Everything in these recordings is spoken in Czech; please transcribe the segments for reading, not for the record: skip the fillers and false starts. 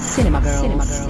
Cinema Girls.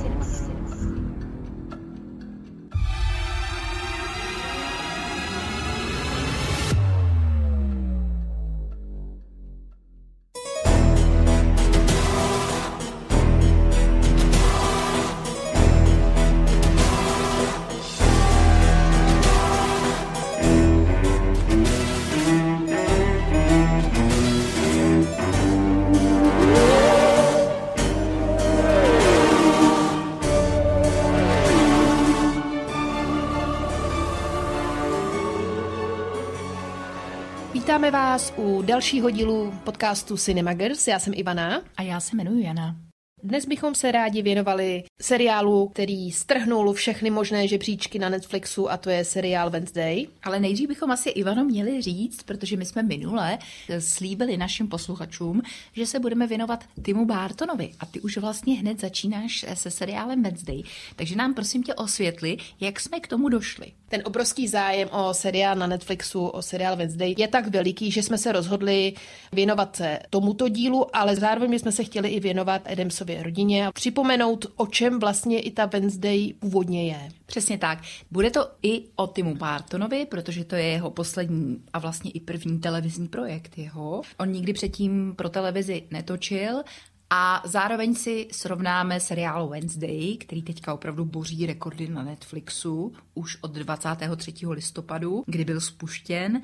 Vítáme vás u dalšího dílu podcastu Cinema Girls. Já jsem Ivana. A já se jmenuji Jana. Dnes bychom se rádi věnovali seriálu, který strhnul všechny možné žebříčky na Netflixu, a to je seriál Wednesday. Ale nejdřív bychom asi, Ivano, měli říct, protože my jsme minule slíbili našim posluchačům, že se budeme věnovat Timu Burtonovi. A ty už vlastně hned začínáš se seriálem Wednesday. Takže nám prosím tě osvětli, jak jsme k tomu došli. Ten obrovský zájem o seriál na Netflixu, o seriál Wednesday, je tak veliký, že jsme se rozhodli věnovat se tomuto dílu, ale zároveň jsme se chtěli i věnovat Addamsově rodině a připomenout, o čem vlastně i ta Wednesday původně je. Přesně tak. Bude to i o Timu Burtonovi, protože to je jeho poslední a vlastně i první televizní projekt jeho. On nikdy předtím pro televizi netočil. A zároveň si srovnáme seriál Wednesday, který teďka opravdu boří rekordy na Netflixu už od 23. listopadu, kdy byl spuštěn,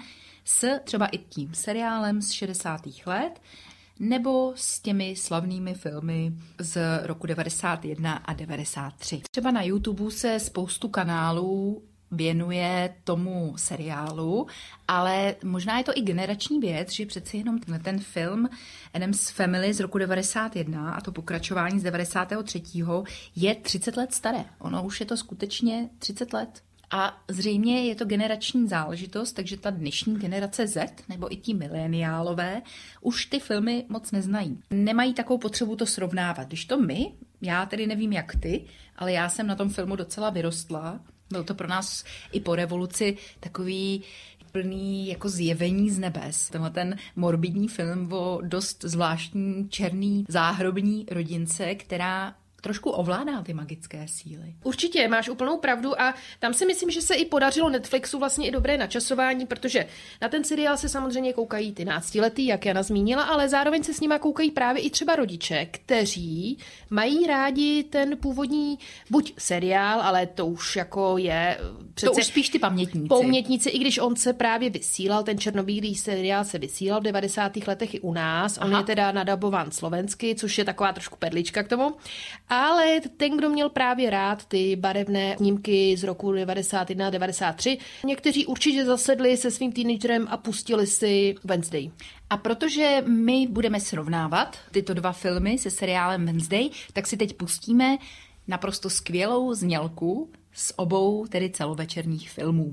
s třeba i tím seriálem z 60. let, nebo s těmi slavnými filmy z roku 91 a 93. Třeba na YouTube se spoustu kanálů věnuje tomu seriálu, ale možná je to i generační věc, že přeci jenom ten film Addams Family z roku 91 a to pokračování z 93. je 30 let staré. Ono už je to skutečně 30 let. A zřejmě je to generační záležitost, takže ta dnešní generace Z, nebo i ti mileniálové, už ty filmy moc neznají. Nemají takovou potřebu to srovnávat. Když to my, já tedy nevím jak ty, ale já jsem na tom filmu docela vyrostla. Byl to pro nás i po revoluci takový plný jako zjevení z nebes. Tenhle ten morbidní film o dost zvláštní černý záhrobní rodince, která trošku ovládá ty magické síly. Určitě, máš úplnou pravdu a tam si myslím, že se i podařilo Netflixu vlastně i dobré načasování, protože na ten seriál se samozřejmě koukají ty 12letý, jak Jana zmínila, ale zároveň se s nima koukají právě i třeba rodiče, kteří mají rádi ten původní buď seriál, ale to už jako je přece to už spíš ty pamětníci, i když on se právě vysílal, ten černobílý seriál se vysílal v 90. letech i u nás. On je teda nadabován slovensky, což je taková trošku perlička k tomu. Ale ten, kdo měl právě rád ty barevné snímky z roku 91 a 93, někteří určitě zasedli se svým teenagerem a pustili si Wednesday. A protože my budeme srovnávat tyto dva filmy se seriálem Wednesday, tak si teď pustíme naprosto skvělou znělku z obou tedy celovečerních filmů.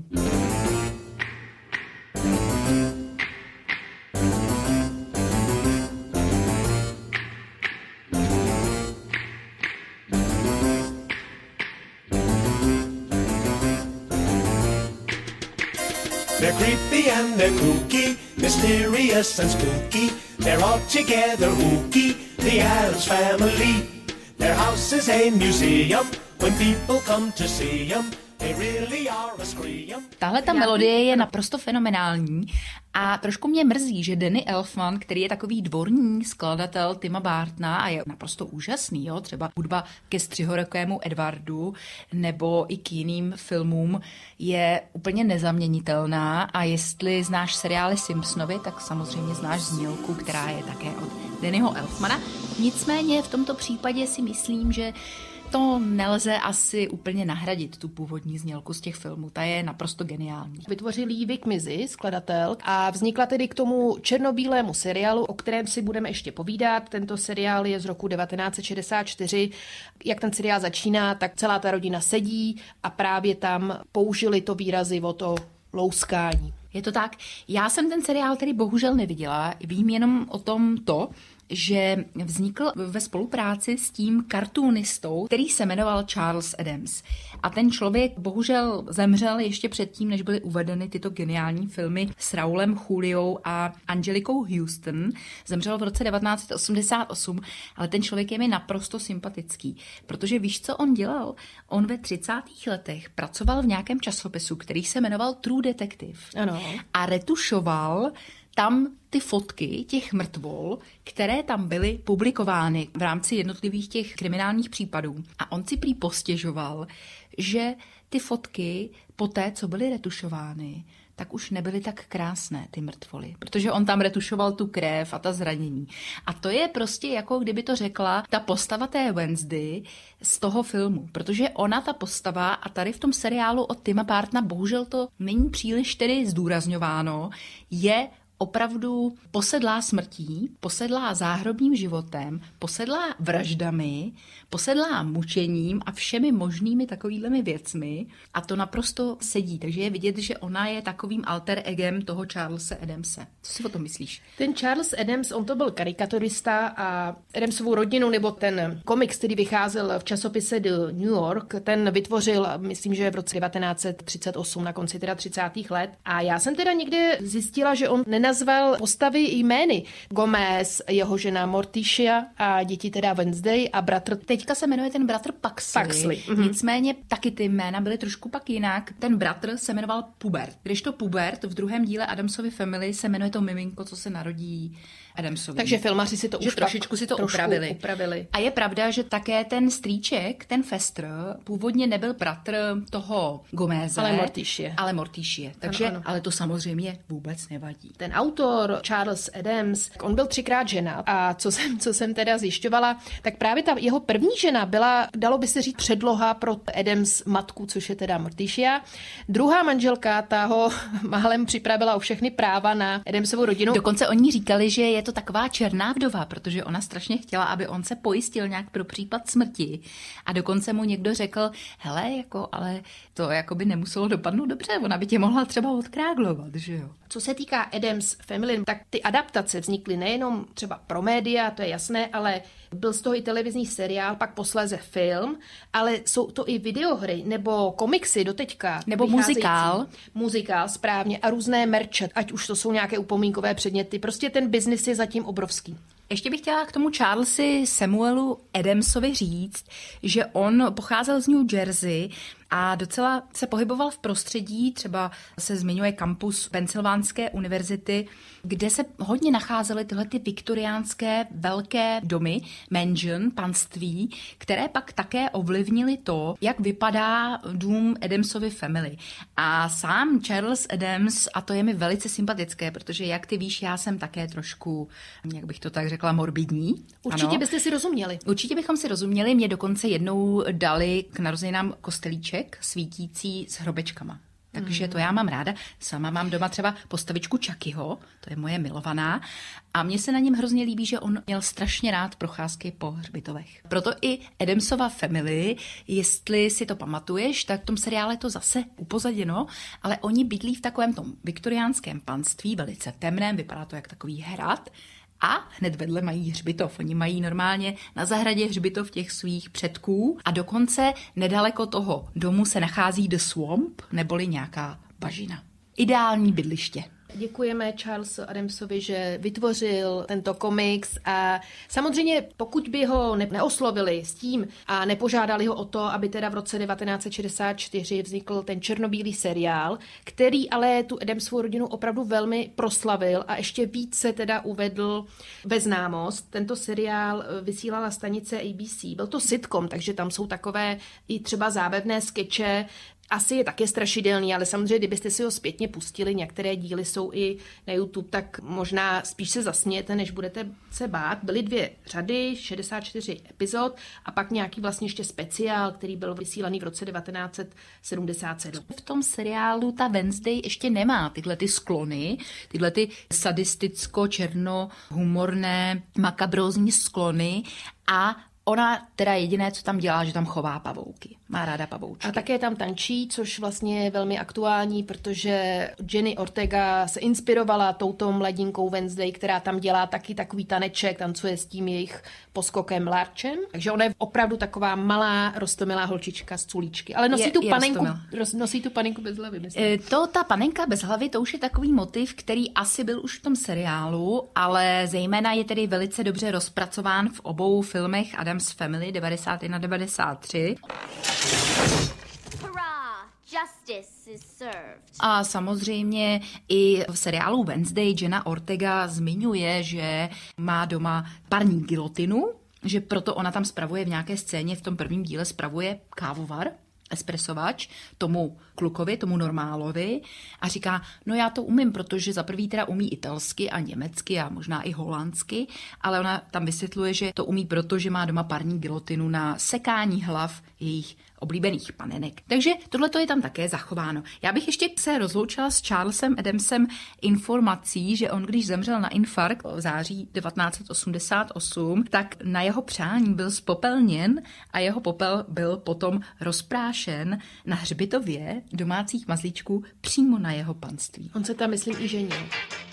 They're creepy and they're kooky, mysterious and spooky. They're all together ooky, the Addams Family. Their house is a museum, when people come to see them, they really are a scream. Tahle ta melodie je naprosto fenomenální a trošku mě mrzí, že Danny Elfman, který je takový dvorní skladatel Tima Burtona a je naprosto úžasný, jo? Třeba hudba ke Střihorokému Edwardu nebo i k jiným filmům je úplně nezaměnitelná a jestli znáš seriály Simpsonovi, tak samozřejmě znáš znělku, která je také od Dannyho Elfmana. Nicméně v tomto případě si myslím, že to nelze asi úplně nahradit, tu původní znělku z těch filmů. Ta je naprosto geniální. Vytvořil ji Vic Mizzy, skladatel, a vznikla tedy k tomu černobílému seriálu, o kterém si budeme ještě povídat. Tento seriál je z roku 1964. Jak ten seriál začíná, tak celá ta rodina sedí a právě tam použili to výrazy o to louskání. Je to tak. Já jsem ten seriál tedy bohužel neviděla, vím jenom o tom to, že vznikl ve spolupráci s tím kartunistou, který se jmenoval Charles Addams. A ten člověk bohužel zemřel ještě předtím, než byly uvedeny tyto geniální filmy s Raulem Juliou a Angelikou Houston. Zemřel v roce 1988, ale ten člověk je mi naprosto sympatický, protože víš, co on dělal? On ve 30. letech pracoval v nějakém časopisu, který se jmenoval True Detective. Ano. A retušoval tam ty fotky těch mrtvol, které tam byly publikovány v rámci jednotlivých těch kriminálních případů. A on si prý postěžoval, že ty fotky poté, co byly retušovány, tak už nebyly tak krásné, ty mrtvoly. Protože on tam retušoval tu krev a ta zranění. A to je prostě jako kdyby to řekla ta postava té Wednesday z toho filmu. Protože ona, ta postava, a tady v tom seriálu od Tima Burtona, bohužel to není příliš tedy zdůrazňováno, je opravdu posedlá smrtí, posedlá záhrobním životem, posedlá vraždami, posedlá mučením a všemi možnými takovými věcmi a to naprosto sedí. Takže je vidět, že ona je takovým alter egem toho Charlesa Addamse. Co si o tom myslíš? Ten Charles Addams, on to byl karikaturista a Addamsovou rodinu, nebo ten komiks, který vycházel v časopise The New York, ten vytvořil, myslím, že v roce 1938, na konci teda 30. let. A já jsem teda někde zjistila, že on nenazval postavy jmény. Gomez, jeho žena Morticia a děti teda Wednesday a bratr. Teďka se jmenuje ten bratr Paxley. Nicméně taky ty jména byly trošku pak jinak. Ten bratr se jmenoval Pubert. Když to Pubert v druhém díle Addamsovy Family se jmenuje to miminko, co se narodí Addamsovi. Takže filmaři si to už trošičku si to upravili. A je pravda, že také ten strýček, ten Fester, původně nebyl bratr toho Gomeze, ale Morticia. Takže, ano. Ale to samozřejmě vůbec nevadí. Ten autor Charles Addams, on byl 3krát ženat a co jsem teda zjišťovala, tak právě ta jeho první žena byla, dalo by se říct, předloha pro Addams matku, což je teda Morticia. Druhá manželka, ta ho málem připravila o všechny práva na Addamsovu rodinu. Dokonce oni říkali, že je to taková černá vdova, protože ona strašně chtěla, aby on se pojistil nějak pro případ smrti. A dokonce mu někdo řekl, hele, ale to jako by nemuselo dopadnout dobře, ona by tě mohla třeba odkráglovat, že jo. Co se týká Addams Family, tak ty adaptace vznikly nejenom třeba pro média, to je jasné, ale byl z toho i televizní seriál, pak posléze film, ale jsou to i videohry nebo komiksy doteďka. Nebo muzikál. Muzikál, správně, a různé merče, ať už to jsou nějaké upomínkové předměty. Prostě ten biznis je zatím obrovský. Ještě bych chtěla k tomu Charlesi Samuelu Addamsovi říct, že on pocházel z New Jersey a docela se pohyboval v prostředí, třeba se zmiňuje kampus Pensylvánské univerzity, kde se hodně nacházely tyhle ty viktoriánské velké domy, mansion, panství, které pak také ovlivnily to, jak vypadá dům Addamsovy Family. A sám Charles Addams, a to je mi velice sympatické, protože jak ty víš, já jsem také trošku, jak bych to tak řekla, morbidní. Určitě byste si rozuměli. Určitě bychom si rozuměli, mě dokonce jednou dali k narozeninám kostelíček svítící s hrobečkama. Takže to já mám ráda. Sama mám doma třeba postavičku Chuckyho, to je moje milovaná, a mně se na něm hrozně líbí, že on měl strašně rád procházky po hřbitovech. Proto i Addamsova Family, jestli si to pamatuješ, tak v tom seriále je to zase upozaděno, ale oni bydlí v takovém tom viktoriánském panství, velice temném, vypadá to jak takový hrad, a hned vedle mají hřbitov. Oni mají normálně na zahradě hřbitov těch svých předků a dokonce nedaleko toho domu se nachází The Swamp, neboli nějaká bažina. Ideální bydliště. Děkujeme Charlesu Addamsovi, že vytvořil tento komiks a samozřejmě pokud by ho neoslovili s tím a nepožádali ho o to, aby teda v roce 1964 vznikl ten černobílý seriál, který ale tu Addamsovu rodinu opravdu velmi proslavil a ještě více teda uvedl ve známost. Tento seriál vysílala stanice ABC. Byl to sitcom, takže tam jsou takové i třeba zábavné skeče. Asi je také strašidelný, ale samozřejmě, kdybyste si ho zpětně pustili, některé díly jsou i na YouTube, tak možná spíš se zasmějete, než budete se bát. Byly 2 řady, 64 epizod a pak nějaký vlastně ještě speciál, který byl vysílaný v roce 1977. V tom seriálu ta Wednesday ještě nemá tyhle ty sklony, tyhle ty sadisticko-černo-humorné, makabrózní sklony a Ona teda jediné, co tam dělá, že tam chová pavouky. Má ráda pavoučky. A také tam tančí, což vlastně je velmi aktuální, protože Jenny Ortega se inspirovala touto mladinkou Wednesday, která tam dělá taky takový taneček, tancuje s tím jejich poskokem Larčem. Takže ona je opravdu taková malá, roztomilá holčička z culíčky. Ale nosí tu panenku bez hlavy. Ta panenka bez hlavy, to už je takový motiv, který asi byl už v tom seriálu, ale zejména je tedy velice dobře rozpracován v obou filmech Addams Family 91-93. A samozřejmě i v seriálu Wednesday Jenna Ortega zmiňuje, že má doma parní gilotinu, že proto ona tam spravuje v nějaké scéně, v tom prvním díle spravuje kávovar, espresovač, tomu klukovi, tomu normálovi a říká, no já to umím, protože za prvý teda umí italsky a německy a možná i holandsky, ale ona tam vysvětluje, že to umí proto, že má doma parní gilotinu na sekání hlav jejich oblíbených panenek. Takže tohle je tam také zachováno. Já bych ještě se rozloučila s Charlesem Adamsem informací, že on, když zemřel na infarkt v září 1988, tak na jeho přání byl spopelněn a jeho popel byl potom rozprášen na hřbitově domácích mazlíčků přímo na jeho panství. On se tam, myslím, i ženil.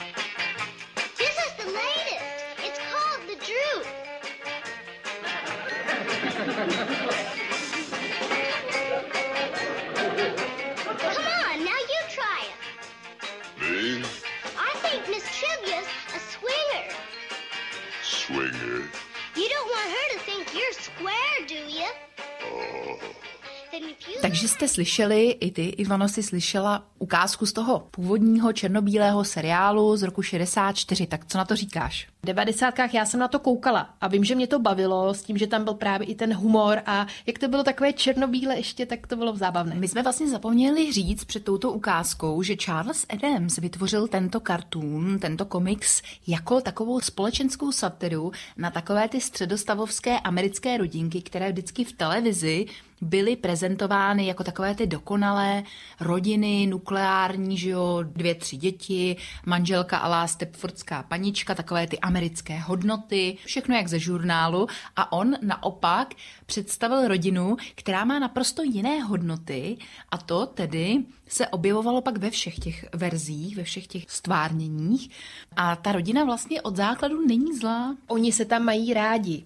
Takže jste slyšeli, i ty, Ivano, si slyšela ukázku z toho původního černobílého seriálu z roku 64, tak co na to říkáš? V 90kách já jsem na to koukala a vím, že mě to bavilo s tím, že tam byl právě i ten humor a jak to bylo takové černobíle ještě, tak to bylo zábavné. My jsme vlastně zapomněli říct před touto ukázkou, že Charles Addams vytvořil tento cartoon, tento komiks jako takovou společenskou satiru na takové ty středostavovské americké rodinky, které vždycky v televizi byly prezentovány jako takové ty dokonalé rodiny, nukleární, že jo, 2-3 děti, manželka a la stepfordská panička, takové ty americké hodnoty, všechno jak ze žurnálu a on naopak představil rodinu, která má naprosto jiné hodnoty a to tedy se objevovalo pak ve všech těch verzích, ve všech těch stvárněních a ta rodina vlastně od základu není zlá. Oni se tam mají rádi,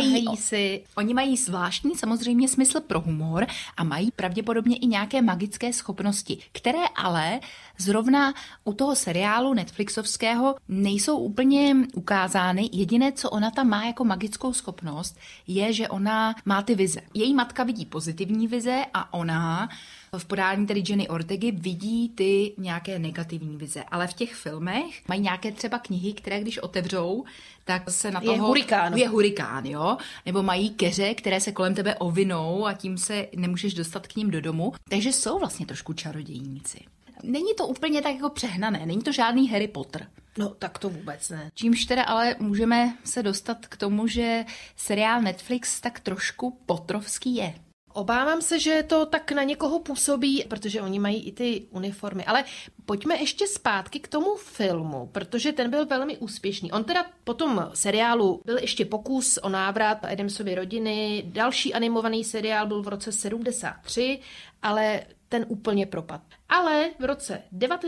Oni mají zvláštní samozřejmě smysl pro humor a mají pravděpodobně i nějaké magické schopnosti, které ale zrovna u toho seriálu Netflixovského nejsou úplně ukázány. Jediné, co ona tam má jako magickou schopnost, je, že ona má ty vize. Její matka vidí pozitivní vize a ona v podání tedy Jenny Ortegy vidí ty nějaké negativní vize. Ale v těch filmech mají nějaké třeba knihy, které když otevřou, tak se na toho... Je hurikán, jo? Nebo mají keře, které se kolem tebe ovinou a tím se nemůžeš dostat k ním do domu. Takže jsou vlastně trošku čarodějníci. Není to úplně tak jako přehnané, není to žádný Harry Potter. No, tak to vůbec ne. Čímž teda ale můžeme se dostat k tomu, že seriál Netflix tak trošku potrovský je. Obávám se, že to tak na někoho působí, protože oni mají i ty uniformy. Ale pojďme ještě zpátky k tomu filmu, protože ten byl velmi úspěšný. On teda po tom seriálu byl ještě pokus o návrat Addamsovy rodiny. Další animovaný seriál byl v roce 73, ale ten úplně propad. Ale v roce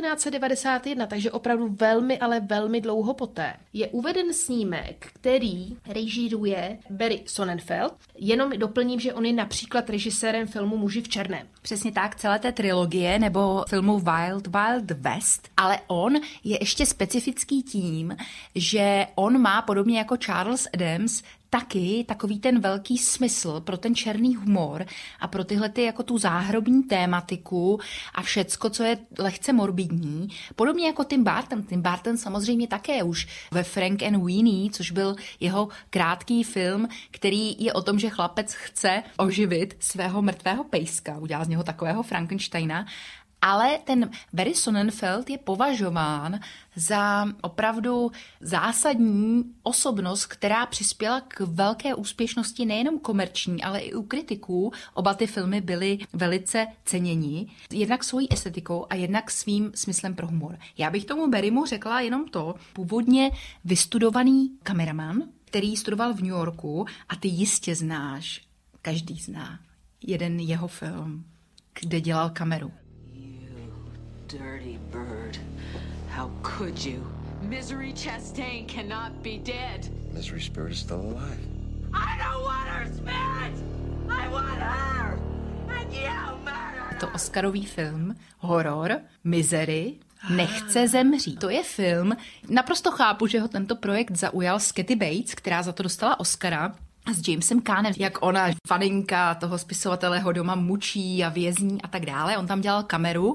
1991, takže opravdu velmi, ale velmi dlouho poté, je uveden snímek, který režíruje Barry Sonnenfeld. Jenom doplním, že on je například režisérem filmu Muži v černém. Přesně tak, celé té trilogie nebo filmu Wild Wild West, ale on je ještě specifický tím, že on má podobně jako Charles Addams taky takový ten velký smysl pro ten černý humor a pro tyhle ty jako tu záhrobní tématiku a všecko, co je lehce morbidní. Podobně jako Tim Burton. Tim Burton samozřejmě také už ve Frank and Weenie, což byl jeho krátký film, který je o tom, že chlapec chce oživit svého mrtvého pejska, udělá z něho takového Frankensteina. Ale ten Barry Sonnenfeld je považován za opravdu zásadní osobnost, která přispěla k velké úspěšnosti nejenom komerční, ale i u kritiků. Oba ty filmy byly velice ceněni, jednak svojí estetikou a jednak svým smyslem pro humor. Já bych tomu Barrymu řekla jenom to, původně vystudovaný kameraman, který studoval v New Yorku a ty jistě znáš, každý zná, jeden jeho film, kde dělal kameru. You dirty bird. How could you? Misery Chastain cannot be dead. Misery Spirit is still alive. I don't want her spirit! I want her! And you murdered To Oscarový film, horor, Misery, Nechce zemřít. To je film, naprosto chápu, že ho tento projekt zaujal s Kathy Bates, která za to dostala Oscara, a s Jamesem Caanem, jak ona, faninka toho spisovatele, ho doma mučí a vězní a tak dále. On tam dělal kameru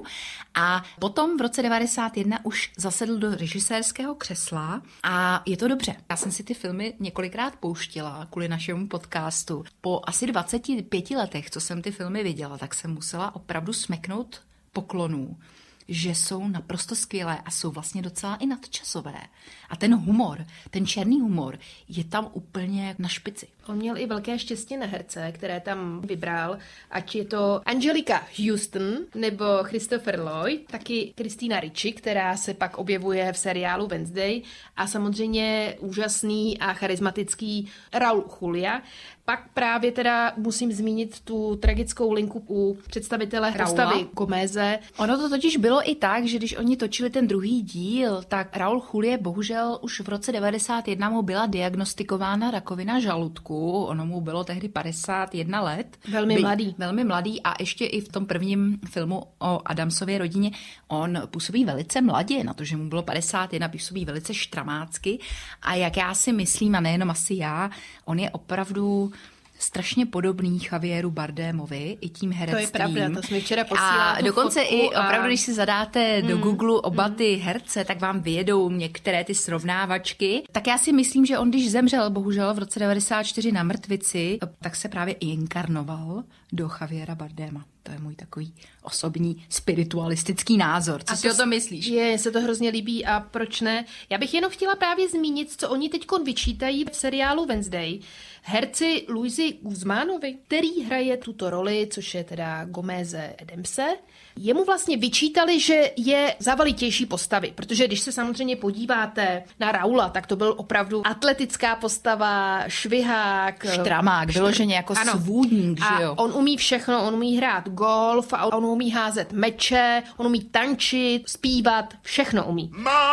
a potom v roce 1991 už zasedl do režisérského křesla a je to dobře. Já jsem si ty filmy několikrát pouštila kvůli našemu podcastu. Po asi 25 letech, co jsem ty filmy viděla, tak jsem musela opravdu smeknout poklonů, že jsou naprosto skvělé a jsou vlastně docela i nadčasové. A ten humor, ten černý humor, je tam úplně na špici. On měl i velké štěstí na herce, které tam vybral, ať je to Angelika Houston nebo Christopher Lloyd, taky Christina Ricci, která se pak objevuje v seriálu Wednesday a samozřejmě úžasný a charismatický Raúl Julia. Pak právě teda musím zmínit tu tragickou linku u představitele postavy Gomeze. Ono to totiž bylo i tak, že když oni točili ten druhý díl, tak Raúl Julia bohužel už v roce 1991 mu byla diagnostikována rakovina žaludku. Ono mu bylo tehdy 51 let. Velmi mladý a ještě i v tom prvním filmu o Adamsově rodině on působí velice mladě, na to, že mu bylo 51, působí velice štramácky a jak já si myslím, a nejenom asi já, on je opravdu strašně podobný Javieru Bardémovi i tím herectvím. To je pravda, to jsme včera posílala. A dokonce i opravdu, když si zadáte do Google oba ty herce, tak vám vyjedou některé ty srovnávačky. Tak já si myslím, že on, když zemřel, bohužel v roce 1994 na mrtvici, tak se právě inkarnoval do Javiera Bardéma. To je můj takový osobní spiritualistický názor. Co si o tom myslíš? Je, se to hrozně líbí a proč ne? Já bych jenom chtěla právě zmínit, co oni teďkon vyčítají v seriálu Wednesday. Herci Luisi Guzmánovi, který hraje tuto roli, což je teda Gomeze Adamse, jemu vlastně vyčítali, že je zavalitější postavy, protože když se samozřejmě podíváte na Raula, tak to byl opravdu atletická postava, švihák. Štramák, vyloženě jako svůdník, že jo? A on umí všechno, on umí hrát golf, a on umí házet meče, on umí tančit, zpívat, všechno umí.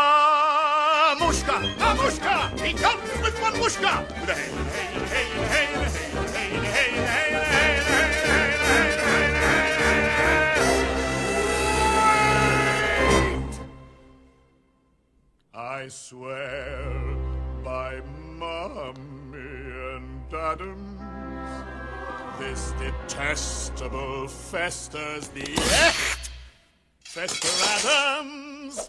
Mamushka, he comes with one mushka. I swear by Mommy and Adams, this detestable Fester's the Fester Adams.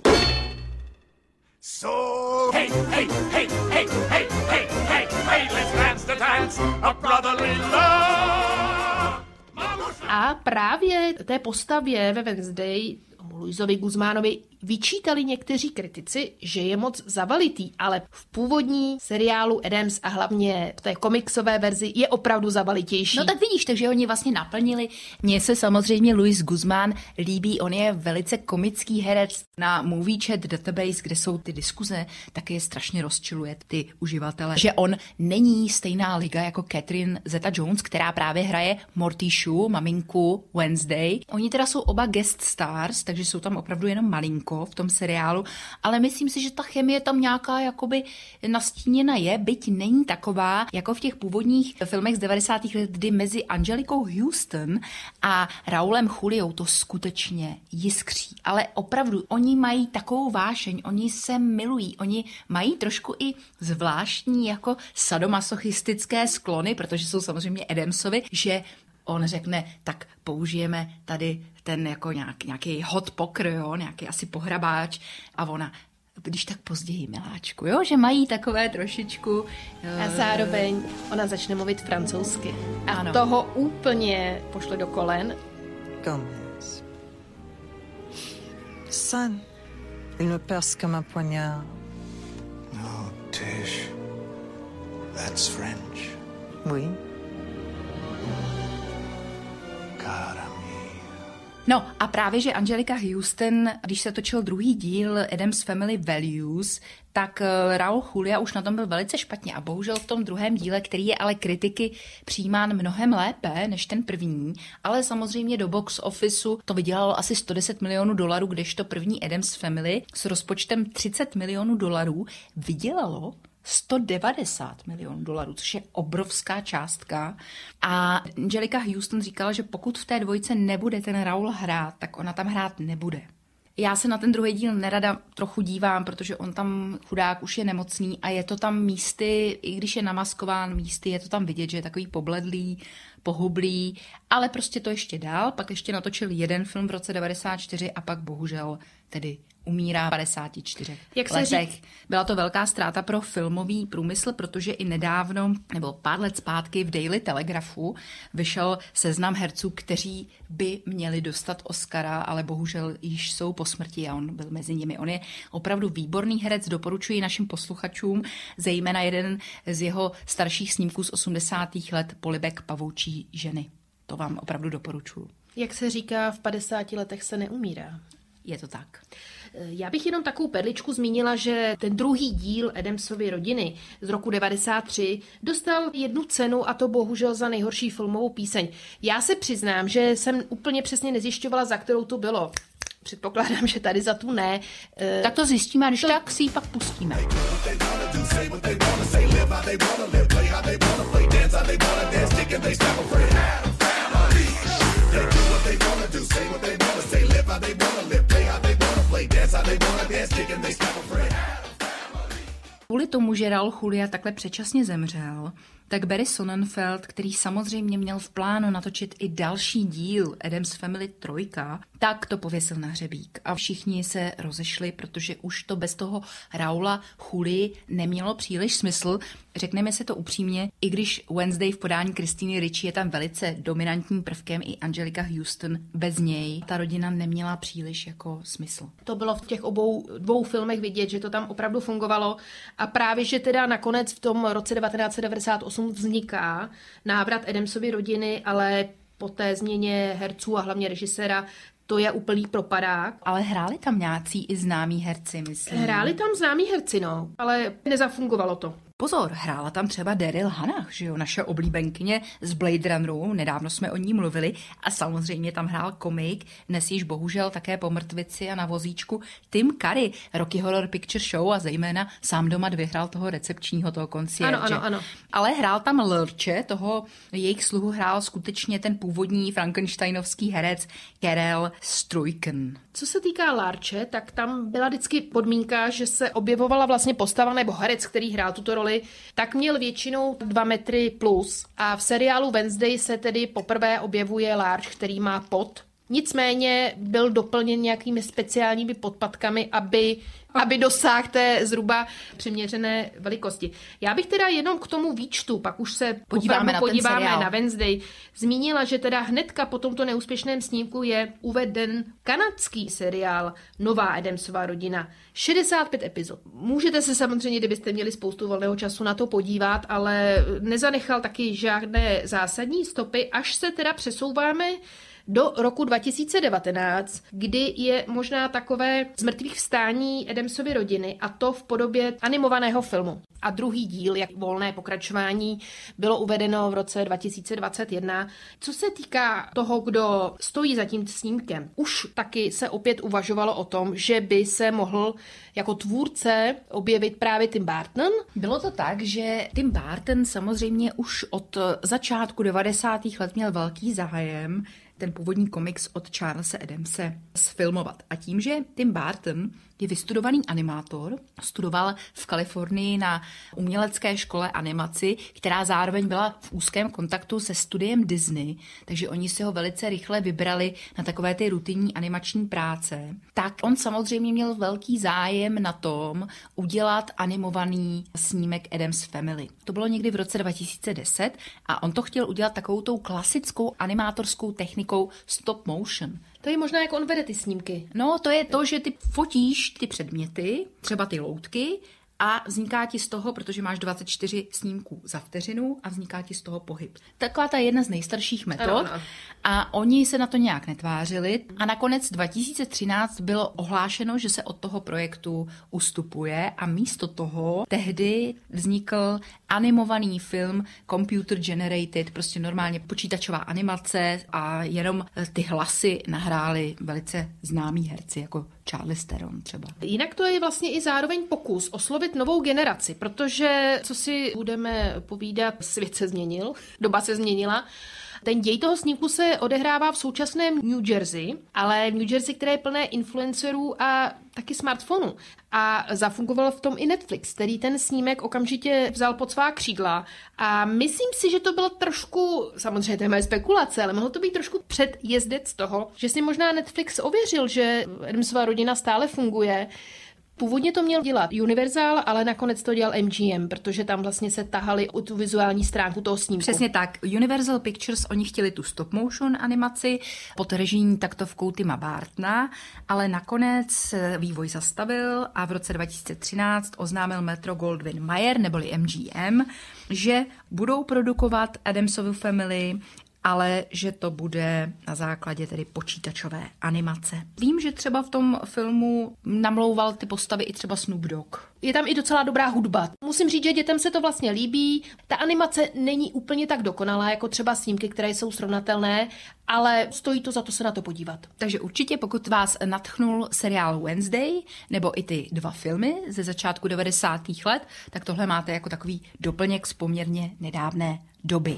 So hey, hey, hey, hey, hey, hey, hey, hey, let's dance the dance of brotherly love. A právě té postavě ve Wednesday, Luisovi Guzmánovi, vyčítali někteří kritici, že je moc zavalitý, ale v původní seriálu Adams a hlavně v té komiksové verzi je opravdu zavalitější. No tak vidíš, takže oni vlastně naplnili. Mně se samozřejmě Luis Guzmán líbí, on je velice komický herec. Na Movie Chat Database, kde jsou ty diskuze, taky je strašně rozčiluje ty uživatele, že on není stejná liga jako Catherine Zeta-Jones, která právě hraje Morticia, maminku Wednesday. Oni teda jsou oba guest stars, takže jsou tam opravdu jenom malinko v tom seriálu, ale myslím si, že ta chemie tam nějaká jakoby nastíněna je, byť není taková, jako v těch původních filmech z 90. let, kdy mezi Angelikou Houston a Raúlem Juliou to skutečně jiskří. Ale opravdu, oni mají takovou vášeň, oni se milují, oni mají trošku i zvláštní jako sadomasochistické sklony, protože jsou samozřejmě Adamsovi, že on řekne, tak použijeme tady ten jako nějaký hot poker, jo, nějaký asi pohrabáč a ona, když tak později, miláčku, jo, že mají takové trošičku... A zároveň ona začne mluvit francouzsky. A ano. Toho úplně pošle do kolen. Gomez. Son, il me perce comme un poignard. No, Tish. That's French. Oui. Cara mia. No a právě, že Angelika Houston, když se točil druhý díl Addams Family Values, tak Raúl Julia už na tom byl velice špatně a bohužel v tom druhém díle, který je ale kritiky přijímán mnohem lépe než ten první, ale samozřejmě do box officeu to vydělalo asi $110 milionů, kdežto první Addams Family s rozpočtem $30 milionů vydělalo $190 milionů, což je obrovská částka. A Angelika Houston říkala, že pokud v té dvojce nebude ten Raúl hrát, tak ona tam hrát nebude. Já se na ten druhý díl nerada trochu dívám, protože on tam chudák už je nemocný a je to tam místy, i když je namaskován místy, je to tam vidět, že je takový pobledlý, pohublý, ale prostě to ještě dál, pak ještě natočil jeden film v roce 1994 a pak bohužel tedy umírá v 54 letech. Byla to velká ztráta pro filmový průmysl, protože i nedávno, nebo pár let zpátky v Daily Telegraphu vyšel seznam herců, kteří by měli dostat Oscara, ale bohužel již jsou po smrti a on byl mezi nimi. On je opravdu výborný herec, doporučuji našim posluchačům, zejména jeden z jeho starších snímků z 80. let, Polibek pavoučí ženy. To vám opravdu doporučuji. Jak se říká, v 50 letech se neumírá. Je to tak. Já bych jenom takovou perličku zmínila, že ten druhý díl Addamsovy rodiny z roku 1993 dostal jednu cenu a to bohužel za nejhorší filmovou píseň. Já se přiznám, že jsem úplně přesně nezjišťovala, za kterou to bylo. Předpokládám, že tady za tu ne. Tak to zjistíme a když tak si ji pak pustíme. Kvůli tomu, že Raúl Julia takhle předčasně zemřel, tak Barry Sonnenfeld, který samozřejmě měl v plánu natočit i další díl Addams Family 3, tak to pověsil na hřebík. A všichni se rozešli, protože už to bez toho Raúla Julii nemělo příliš smysl. Řekneme si to upřímně, i když Wednesday v podání Christiny Ricci je tam velice dominantním prvkem, i Angelika Houston, bez něj ta rodina neměla příliš jako smysl. To bylo v těch dvou filmech vidět, že to tam opravdu fungovalo a právě, že teda nakonec v tom roce 1998 vzniká návrat Addamsovy rodiny, ale po té změně herců a hlavně režiséra to je úplný propadák. Ale hráli tam nějací i známí herci, myslím. Hráli tam známí herci, no, ale nezafungovalo to. Pozor, hrála tam třeba Daryl Hannah, že jo, naše oblíbenkyně z Blade Runneru, nedávno jsme o ní mluvili a samozřejmě tam hrál komik, dnes již bohužel také po mrtvici a na vozíčku Tim Curry, Rocky Horror Picture Show a zejména Sám doma 2 hrál toho recepčního, toho konciérže. Ano. Ale hrál tam Lurche, toho jejich sluhu hrál skutečně ten původní frankensteinovský herec Karel Struiken. Co se týká Larche, tak tam byla vždycky podmínka, že se objevovala vlastně postava nebo herec, který hrál tuto roli, tak měl většinou 2 metry plus. A v seriálu Wednesday se tedy poprvé objevuje Larch, který má pod. Nicméně byl doplněn nějakými speciálními podpatkami, aby dosáhl té zhruba přiměřené velikosti. Já bych teda jenom k tomu výčtu, pak už se podíváme na Wednesday, zmínila, že teda hnedka po tomto neúspěšném snímku je uveden kanadský seriál Nová Addamsova rodina. 65 epizod. Můžete se samozřejmě, kdybyste měli spoustu volného času, na to podívat, ale nezanechal taky žádné zásadní stopy, až se teda přesouváme do roku 2019, kdy je možná takové zmrtvých vstání Addamsovy rodiny a to v podobě animovaného filmu. A druhý díl, jak volné pokračování, bylo uvedeno v roce 2021. Co se týká toho, kdo stojí za tím snímkem, už taky se opět uvažovalo o tom, že by se mohl jako tvůrce objevit právě Tim Burton. Bylo to tak, že Tim Burton samozřejmě už od začátku 90. let měl velký zájem ten původní komiks od Charlesa Adamse sfilmovat. A tím, že Tim Burton je vystudovaný animátor, studoval v Kalifornii na umělecké škole animaci, která zároveň byla v úzkém kontaktu se studiem Disney, takže oni si ho velice rychle vybrali na takové ty rutinní animační práce. Tak on samozřejmě měl velký zájem na tom udělat animovaný snímek Addams Family. To bylo někdy v roce 2010 a on to chtěl udělat takovou tou klasickou animátorskou technikou stop motion. To je možná, jak on vede ty snímky. No, to je to, že ty fotíš ty předměty, třeba ty loutky, a vzniká ti z toho, protože máš 24 snímků za vteřinu a vzniká ti z toho pohyb. Taková ta jedna z nejstarších metod a oni se na to nějak netvářili a nakonec 2013 bylo ohlášeno, že se od toho projektu ustupuje a místo toho tehdy vznikl animovaný film Computer Generated, prostě normálně počítačová animace a jenom ty hlasy nahráli velice známí herci, jako Charlize Theron třeba. Jinak to je vlastně i zároveň pokus oslovit novou generaci, protože, co si budeme povídat, svět se změnil, doba se změnila. Ten děj toho snímku se odehrává v současném New Jersey, ale v New Jersey, které je plné influencerů a taky smartphonů. A zafungoval v tom i Netflix, který ten snímek okamžitě vzal pod svá křídla. A myslím si, že to bylo trošku, samozřejmě to je moje spekulace, ale mohlo to být trošku předjezdec toho, že si možná Netflix ověřil, že Addamsova rodina stále funguje. Původně to měl dělat Universal, ale nakonec to dělal MGM, protože tam vlastně se tahali o tu vizuální stránku toho snímku. Přesně tak. Universal Pictures, oni chtěli tu stop motion animaci pod režijní taktovkou Tima Burtona, ale nakonec vývoj zastavil a v roce 2013 oznámil Metro-Goldwyn-Mayer, neboli MGM, že budou produkovat Addamsovu Family, ale že to bude na základě tedy počítačové animace. Vím, že třeba v tom filmu namlouval ty postavy i třeba Snoop Dogg. Je tam i docela dobrá hudba. Musím říct, že dětem se to vlastně líbí. Ta animace není úplně tak dokonalá, jako třeba snímky, které jsou srovnatelné, ale stojí to za to se na to podívat. Takže určitě, pokud vás nadchnul seriál Wednesday, nebo i ty 2 filmy ze začátku 90. let, tak tohle máte jako takový doplněk z poměrně nedávné doby.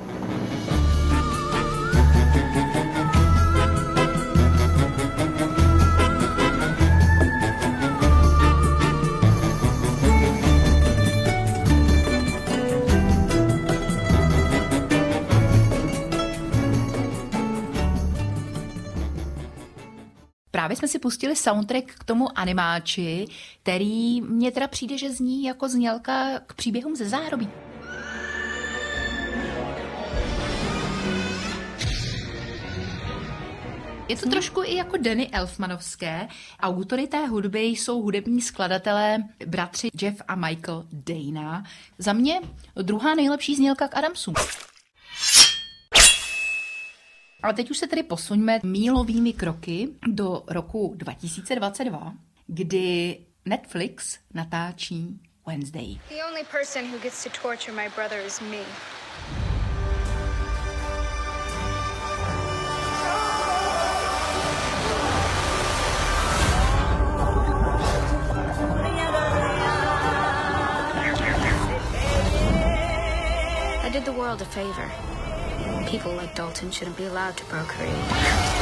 Právě jsme si pustili soundtrack k tomu animáči, který mně teda přijde, že zní jako znělka k příběhům ze záhrobí. Je to trošku i jako Danny Elfmanovské. Autory té hudby jsou hudební skladatelé bratři Jeff a Michael Dana. Za mě druhá nejlepší znělka k Addamsům. Ale teď už se tedy posuňme mílovými kroky do roku 2022, kdy Netflix natáčí Wednesday. The only person who gets to torture my brother is me. I did the world a favor. People like Dalton shouldn't be allowed to procreate.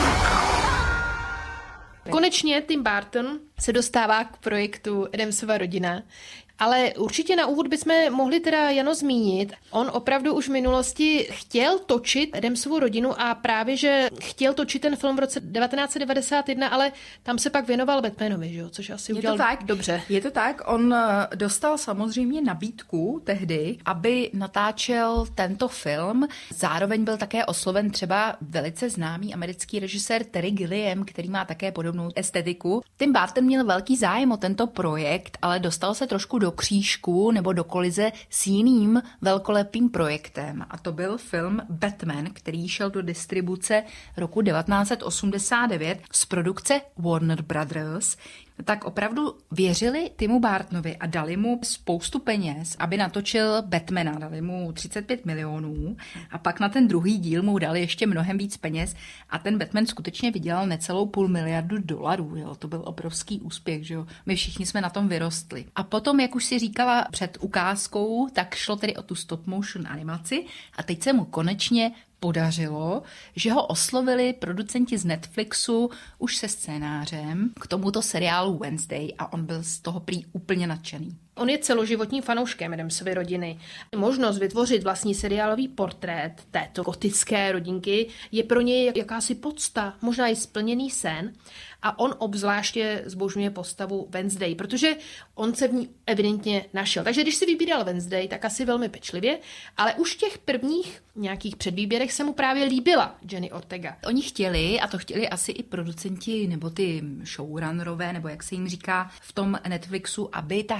Konečně Tim Burton se dostává k projektu Addamsova rodina, ale určitě na úvod bychom mohli teda Jano zmínit. On opravdu už v minulosti chtěl točit Addamsovu rodinu a právě, že chtěl točit ten film v roce 1991, ale tam se pak věnoval Batmanovi, že jo? Což asi udělal dobře. Je to tak, on dostal samozřejmě nabídku tehdy, aby natáčel tento film. Zároveň byl také osloven třeba velice známý americký režisér Terry Gilliam, který má také podobnou estetiku. Tim Burton měl velký zájem o tento projekt, ale dostal se trošku do křížku nebo do kolize s jiným velkolepým projektem. A to byl film Batman, který šel do distribuce roku 1989 z produkce Warner Brothers. Tak opravdu věřili Timu Burtonovi a dali mu spoustu peněz, aby natočil Batmana. Dali mu 35 milionů a pak na ten druhý díl mu dali ještě mnohem víc peněz a ten Batman skutečně vydělal necelou $500 milionů. Jo. To byl obrovský úspěch, že jo. My všichni jsme na tom vyrostli. A potom, jak už si říkala před ukázkou, tak šlo tedy o tu stop motion animaci a teď se mu konečně podařilo, že ho oslovili producenti z Netflixu už se scénářem k tomuto seriálu Wednesday a on byl z toho prý úplně nadšený. On je celoživotním fanouškem Addamsovy rodiny. Možnost vytvořit vlastní seriálový portrét této gotické rodinky je pro něj jakási podsta, možná i splněný sen. A on obzvláště zbožňuje postavu Wednesday, protože on se v ní evidentně našel. Takže když si vybíral Wednesday, tak asi velmi pečlivě, ale už v těch prvních nějakých předvýběrech se mu právě líbila Jenny Ortega. Oni chtěli, a to chtěli asi i producenti nebo ty showrunnerové, nebo jak se jim říká v tom Netflixu, aby ta herečka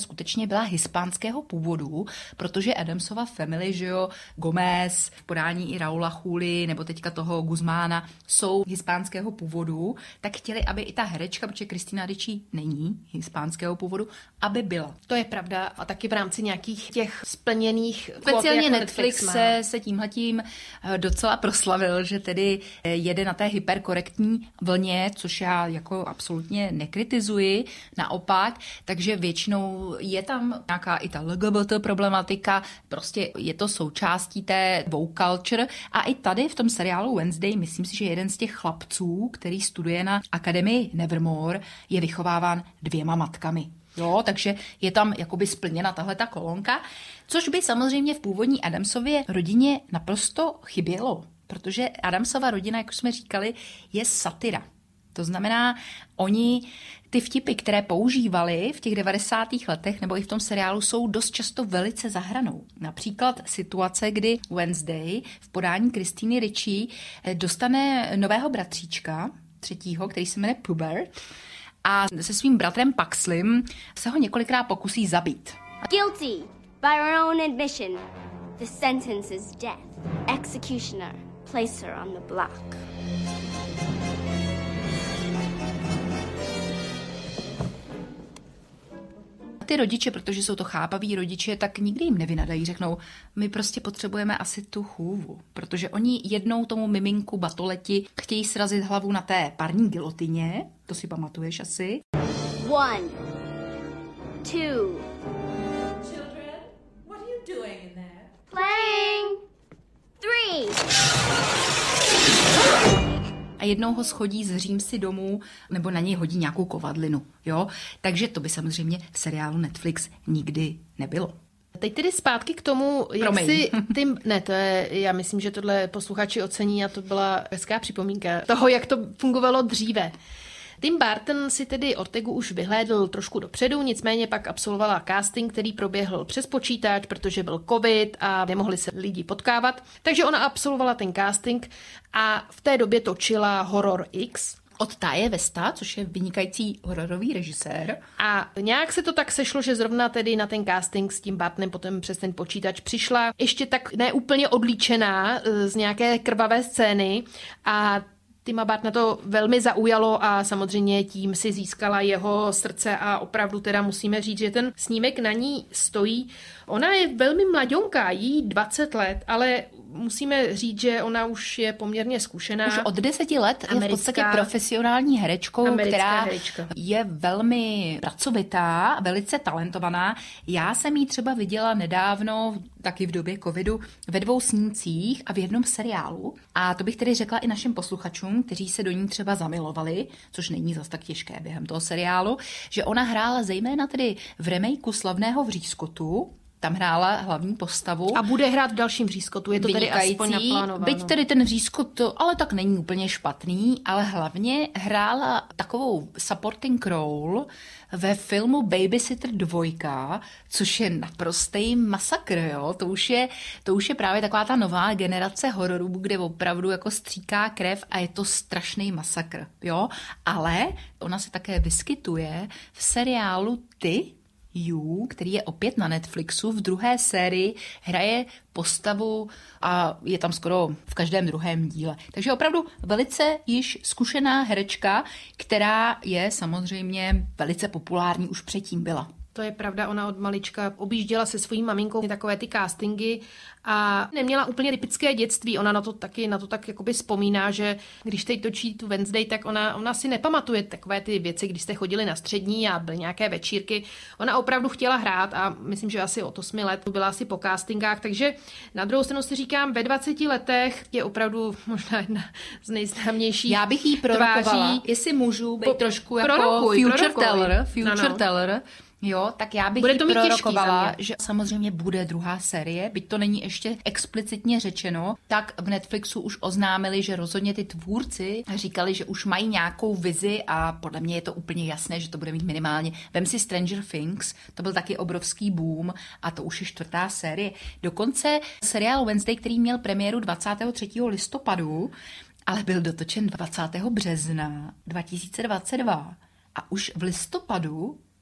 skutečně byla hispánského původu, protože Adamsova family, že jo, Gomez, v podání i Raula Julie, nebo teďka toho Guzmána, jsou hispánského původu, tak chtěli, aby i ta herečka, protože Christina Ricci není hispánského původu, aby byla. To je pravda a taky v rámci nějakých těch splněných Speciálně jako Netflix se tímhletím docela proslavil, že tedy jede na té hyperkorektní vlně, což já jako absolutně nekritizuji, naopak, takže většinou je tam nějaká i ta LGBT problematika, prostě je to součástí té woke culture a i tady v tom seriálu Wednesday, myslím si, že jeden z těch chlapců, který studuje na Akademii Nevermore, je vychováván 2 matkami. Jo, takže je tam jakoby splněna tahle ta kolonka, což by samozřejmě v původní Adamsově rodině naprosto chybělo, protože Adamsova rodina, jak už jsme říkali, je satira. To znamená, oni ty vtipy, které používali v těch 90. letech nebo i v tom seriálu, jsou dost často velice za hranou. Například situace, kdy Wednesday v podání Christiny Ricci dostane nového bratříčka, 3., který se jmenuje Pubert, a se svým bratrem Paxlim se ho několikrát pokusí zabít. Guilty by her own admission. The sentence is death. Executioner, place her on the block. Ty rodiče, protože jsou to chápaví rodiče, tak nikdy jim nevynadají, řeknou, my prostě potřebujeme asi tu chůvu, protože oni jednou tomu miminku Batoleti chtějí srazit hlavu na té parní gilotině, to si pamatuješ asi. 1, 2. Children, what are you doing in there? Playing. 3. A jednou ho schodí z Římsy domů, nebo na něj hodí nějakou kovadlinu, jo? Takže to by samozřejmě v seriálu Netflix nikdy nebylo. Teď tedy zpátky k tomu, jak si já myslím, že tohle posluchači ocení a to byla hezká připomínka toho, jak to fungovalo dříve. Tim Burton si tedy Ortegu už vyhlédl trošku dopředu, nicméně pak absolvovala casting, který proběhl přes počítač, protože byl covid a nemohli se lidi potkávat. Takže ona absolvovala ten casting a v té době točila Horror X od Taje Vesta, což je vynikající hororový režisér. A nějak se to tak sešlo, že zrovna tedy na ten casting s tím Bartonem potom přes ten počítač přišla ještě tak neúplně odlíčená z nějaké krvavé scény a Tima Burtona to velmi zaujalo a samozřejmě tím si získala jeho srdce a opravdu teda musíme říct, že ten snímek na ní stojí. Ona je velmi mladionká, jí 20 let, ale musíme říct, že ona už je poměrně zkušená. Už od 10 let je v podstatě profesionální herečkou, která je velmi pracovitá, velice talentovaná. Já jsem ji třeba viděla nedávno, taky v době covidu, ve 2 snímcích a v jednom seriálu. A to bych tedy řekla i našim posluchačům, kteří se do ní třeba zamilovali, což není zas tak těžké během toho seriálu, že ona hrála zejména tedy v remakeu Slavného vřízkotu. Tam hrála hlavní postavu. A bude hrát v dalším Vřízkotu, je to tedy aspoň naplánováno. Byť tedy ten Vřízkot, ale tak není úplně špatný, ale hlavně hrála takovou supporting role ve filmu Babysitter 2, což je naprostý masakr, jo. To už je právě taková ta nová generace hororů, kde opravdu jako stříká krev a je to strašný masakr, jo. Ale ona se také vyskytuje v seriálu You, který je opět na Netflixu, v 2. sérii hraje postavu a je tam skoro v každém druhém díle. Takže opravdu velice již zkušená herečka, která je samozřejmě velice populární, už předtím byla. To je pravda, ona od malička objížděla se svojí maminkou takové ty castingy a neměla úplně typické dětství. Ona na to tak jakoby vzpomíná, že když teď točí tu Wednesday, tak ona si nepamatuje takové ty věci, když jste chodili na střední a byly nějaké večírky. Ona opravdu chtěla hrát a myslím, že asi od 8 let byla asi po castingách, takže na druhou stranu si říkám, ve 20 letech je opravdu možná jedna z nejznámějších. Já bych jí prorokovala, jestli můžu být trošku jako future teller. Jo, tak já bych jí prorokovala, že samozřejmě bude 2. série, byť to není ještě explicitně řečeno, tak v Netflixu už oznámili, že rozhodně ty tvůrci říkali, že už mají nějakou vizi a podle mě je to úplně jasné, že to bude mít minimálně. Vem si Stranger Things, to byl taky obrovský boom a to už je 4. série. Dokonce seriál Wednesday, který měl premiéru 23. listopadu, ale byl dotočen 20. března 2022 a už v listopadu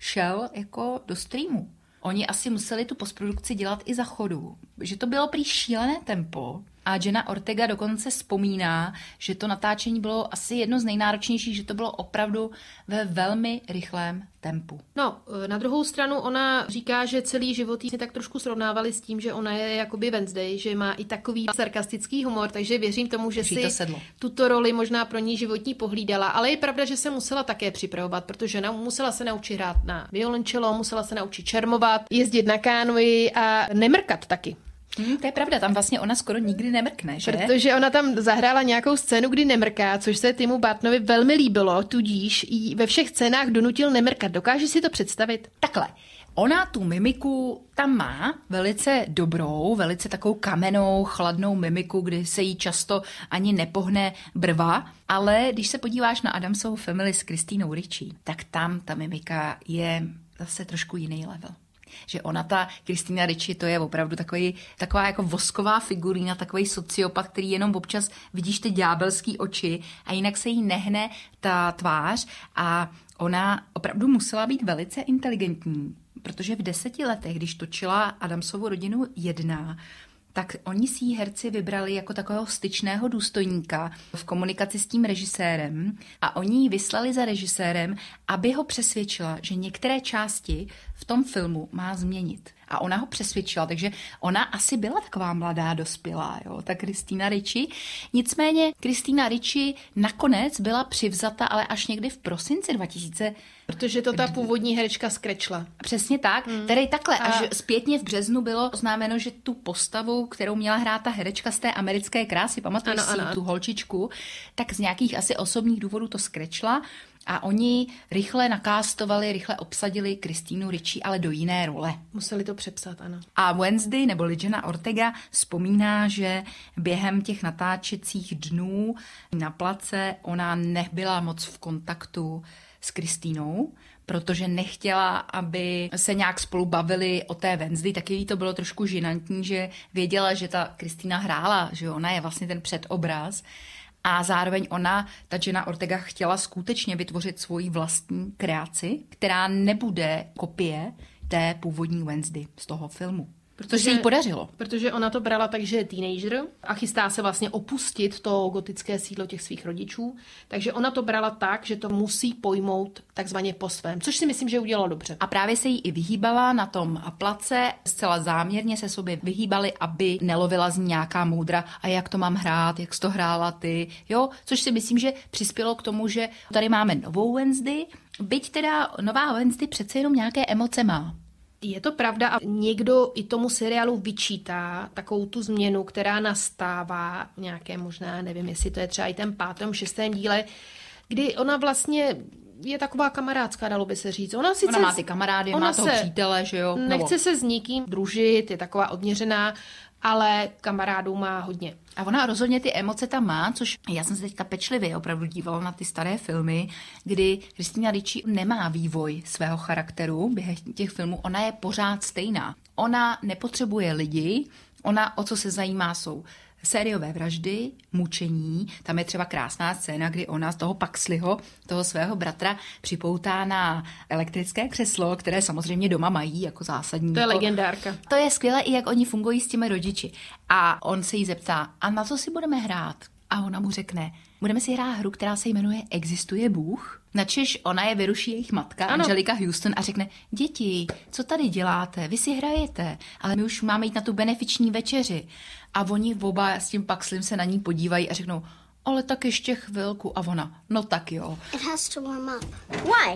šel jako do streamu. Oni asi museli tu postprodukci dělat i za chodu, že to bylo prý šílené tempo. A Jenna Ortega dokonce vzpomíná, že to natáčení bylo asi jedno z nejnáročnějších, že to bylo opravdu ve velmi rychlém tempu. No, na druhou stranu ona říká, že celý život jí tak trošku srovnávali s tím, že ona je jakoby Wednesday, že má i takový sarkastický humor, takže věřím tomu, že si tuto roli možná pro ní životní pohlídala, ale je pravda, že se musela také připravovat, protože musela se naučit hrát na violoncello, musela se naučit šermovat, jezdit na kánoji a nemrkat taky. To je pravda, tam vlastně ona skoro nikdy nemrkne, že? Protože ona tam zahrála nějakou scénu, kdy nemrká, což se Timu Burtonovi velmi líbilo, tudíž jí ve všech scénách donutil nemrkat. Dokážeš si to představit? Takhle. Ona tu mimiku tam má velice dobrou, velice takovou kamennou, chladnou mimiku, kdy se jí často ani nepohne brva, ale když se podíváš na Addamsovu Family s Christinou Ricci, tak tam ta mimika je zase trošku jiný level. Že ona, ta Christina Ricci, to je opravdu taková jako vosková figurína, takový sociopat, který jenom občas vidíš ty ďábelský oči a jinak se jí nehne ta tvář a ona opravdu musela být velice inteligentní, protože v 10 letech, když točila Addamsovu rodinu 1, tak oni si ji herci vybrali jako takového styčného důstojníka v komunikaci s tím režisérem a oni ji vyslali za režisérem, aby ho přesvědčila, že některé části v tom filmu má změnit. A ona ho přesvědčila, takže ona asi byla taková mladá dospělá, jo, ta Christina Ricci. Nicméně Christina Ricci nakonec byla přivzata, ale až někdy v prosinci 2000. Protože to ta původní herečka skrečla. Přesně tak. Tedy takhle, až zpětně v březnu bylo oznámeno, že tu postavu, kterou měla hrát ta herečka z té Americké krásy, pamatuješ si tu holčičku, tak z nějakých asi osobních důvodů to skrečla. A oni rychle nakástovali, rychle obsadili Christinu Ricci, ale do jiné role. Museli to přepsat, ano. A Wednesday nebo Jenna Ortega vzpomíná, že během těch natáčecích dnů na place ona nebyla moc v kontaktu s Christinou, protože nechtěla, aby se nějak spolu bavili o té Wednesday, taky jí to bylo trošku žinantní, že věděla, že ta Christina hrála, že ona je vlastně ten předobraz. A zároveň ta Jenna Ortega chtěla skutečně vytvořit svoji vlastní kreaci, která nebude kopie té původní Wednesday z toho filmu. Protože se jí podařilo. Protože ona to brala tak, že je teenager a chystá se vlastně opustit to gotické sídlo těch svých rodičů. Takže ona to brala tak, že to musí pojmout takzvaně po svém, což si myslím, že udělalo dobře. A právě se jí i vyhýbala na tom place, zcela záměrně se sobě vyhýbali, aby nelovila z ní nějaká moudra a jak to mám hrát, jak jsi to hrála ty, jo, což si myslím, že přispělo k tomu, že tady máme novou Wednesday, byť teda nová Wednesday přece jenom nějaké emoce má. Je to pravda a někdo i tomu seriálu vyčítá takovou tu změnu, která nastává nějaké možná, nevím, jestli to je třeba i ten 5., 6. díle, kdy ona vlastně je taková kamarádská, dalo by se říct. Ona má ty kamarády, má toho přítele, že jo? Nechce se s nikým družit, je taková odměřená, ale kamarádů má hodně. A ona rozhodně ty emoce tam má, což já jsem se teďka pečlivě opravdu dívala na ty staré filmy, kdy Christina Ricci nemá vývoj svého charakteru během těch filmů, ona je pořád stejná. Ona nepotřebuje lidi, ona o co se zajímá jsou sériové vraždy, mučení, tam je třeba krásná scéna, kdy ona z toho Paxleyho, toho svého bratra, připoutá na elektrické křeslo, které samozřejmě doma mají jako zásadní. To je legendárka. To je skvělé i jak oni fungují s těmi rodiči. A on se jí zeptá, a na co si budeme hrát? A ona mu řekne, budeme si hrát hru, která se jmenuje Existuje Bůh? Načež ona je vyruší jejich matka, ano. Angelika Houston, a řekne, děti, co tady děláte? Vy si hrajete, ale my už máme jít na tu benefiční večeři. A oni oba s tím Paxleym se na ní podívají a řeknou, ale tak ještě chvilku. A ona, no tak jo. It has to warm up. Why?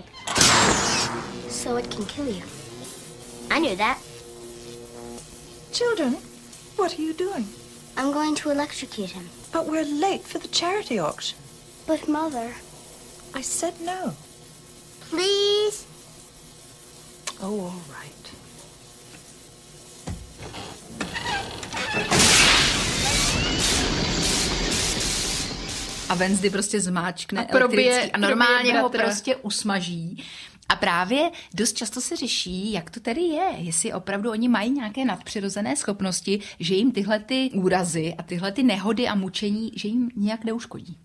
So it can kill you. I knew that. Children, what are you doing? I'm going to electrocute him. But we're late for the charity auction. But Mother... I said no. Please? Oh, all right. A Wednesday prostě zmáčkne elektrický a normálně ho prostě usmaží. A právě dost často se řeší, jak to tedy je, jestli opravdu oni mají nějaké nadpřirozené schopnosti, že jim tyhle ty úrazy a tyhle ty nehody a mučení, že jim nějak neuškodí.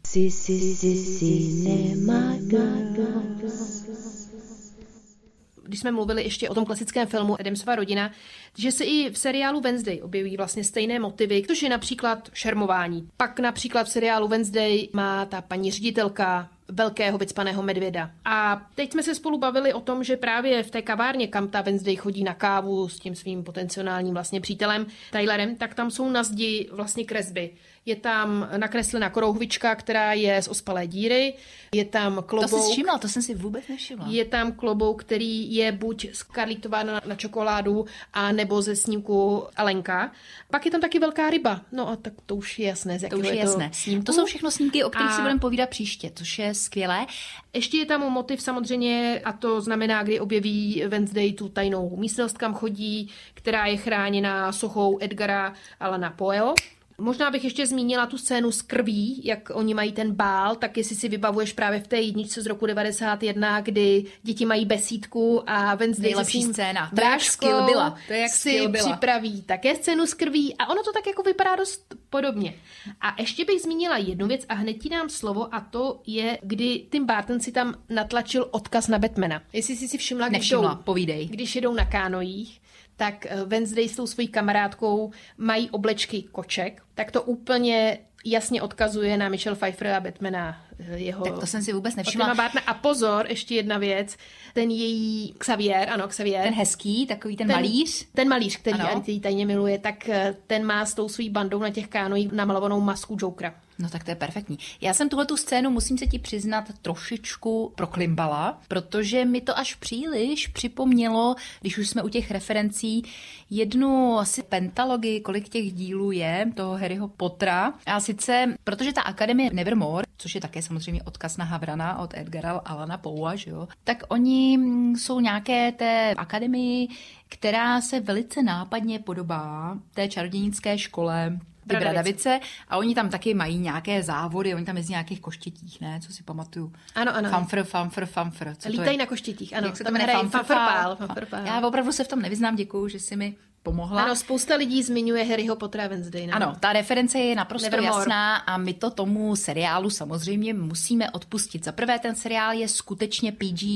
když jsme mluvili ještě o tom klasickém filmu Addamsova rodina, že se i v seriálu Wednesday objeví vlastně stejné motivy, což je například šermování. Pak například v seriálu Wednesday má ta paní ředitelka velkého vycpaného medvěda. A teď jsme se spolu bavili o tom, že právě v té kavárně, kam ta Wednesday chodí na kávu s tím svým potenciálním vlastně přítelem Tylerem, tak tam jsou na zdi vlastně kresby. Je tam nakreslena krouhvička, která je z ospalé díry, je tam klobouk. To jsi všimla, to jsem si vůbec nevšimla. Je tam klobouk, který je buď skarlítován na čokoládu, a nebo ze snímku Alenka. Pak je tam taky velká ryba. No a tak to už je jasné, z jakého je to snímku. To jsou všechno snímky, o kterých si budeme povídat příště, což je skvělé. Ještě je tam motiv samozřejmě, a to znamená, kdy objeví Wednesday tu tajnou místnost, kam chodí, která je chráněna sochou Edgara Allana Poeho. Možná bych ještě zmínila tu scénu s krví, jak oni mají ten bál, tak jestli si vybavuješ právě v té jedničce z roku 91, kdy děti mají besídku a Wednesday se svým bráškou si připraví také scénu s krví a ono to tak jako vypadá dost podobně. A ještě bych zmínila jednu věc a hned ti dám slovo a to je, kdy Tim Burton si tam natlačil odkaz na Batmana. Jestli jsi si všimla, povídej. Když jedou na kánojích, tak Wednesday s tou svojí kamarádkou mají oblečky koček, tak to úplně jasně odkazuje na Michelle Pfeiffera a Batmana. Tak to jsem si vůbec nevšimla. A pozor, ještě jedna věc, ten její Xavier. Ten hezký, takový ten malíř. Ten malíř, který tajně miluje, tak ten má s tou svou bandou na těch kánojích namalovanou masku Jokera. No tak to je perfektní. Já jsem tuhletu scénu, musím se ti přiznat, trošičku proklimbala, protože mi to až příliš připomnělo, když už jsme u těch referencí, jednu asi pentalogii, kolik těch dílů je, toho Harryho Pottera. A sice, protože ta Akademie Nevermore, což je také samozřejmě odkaz na Havrana od Edgara Allana Poea, že jo, tak oni jsou nějaké té akademii, která se velice nápadně podobá té čarodějnické škole ty Bradavice a oni tam taky mají nějaké závody, oni tam jezdí nějakých koštětích, ne? Co si pamatuju. Ano. Famfr. Lítají na koštětích, ano. Jak se to jmenuje? Famfrpál. Já opravdu se v tom nevyznám, děkuju, že si mi pomohla. Ano, spousta lidí zmiňuje Harryho Pottera Wednesday. Ne? Ano, ta reference je naprosto jasná a my to tomu seriálu samozřejmě musíme odpustit. Za prvé, ten seriál je skutečně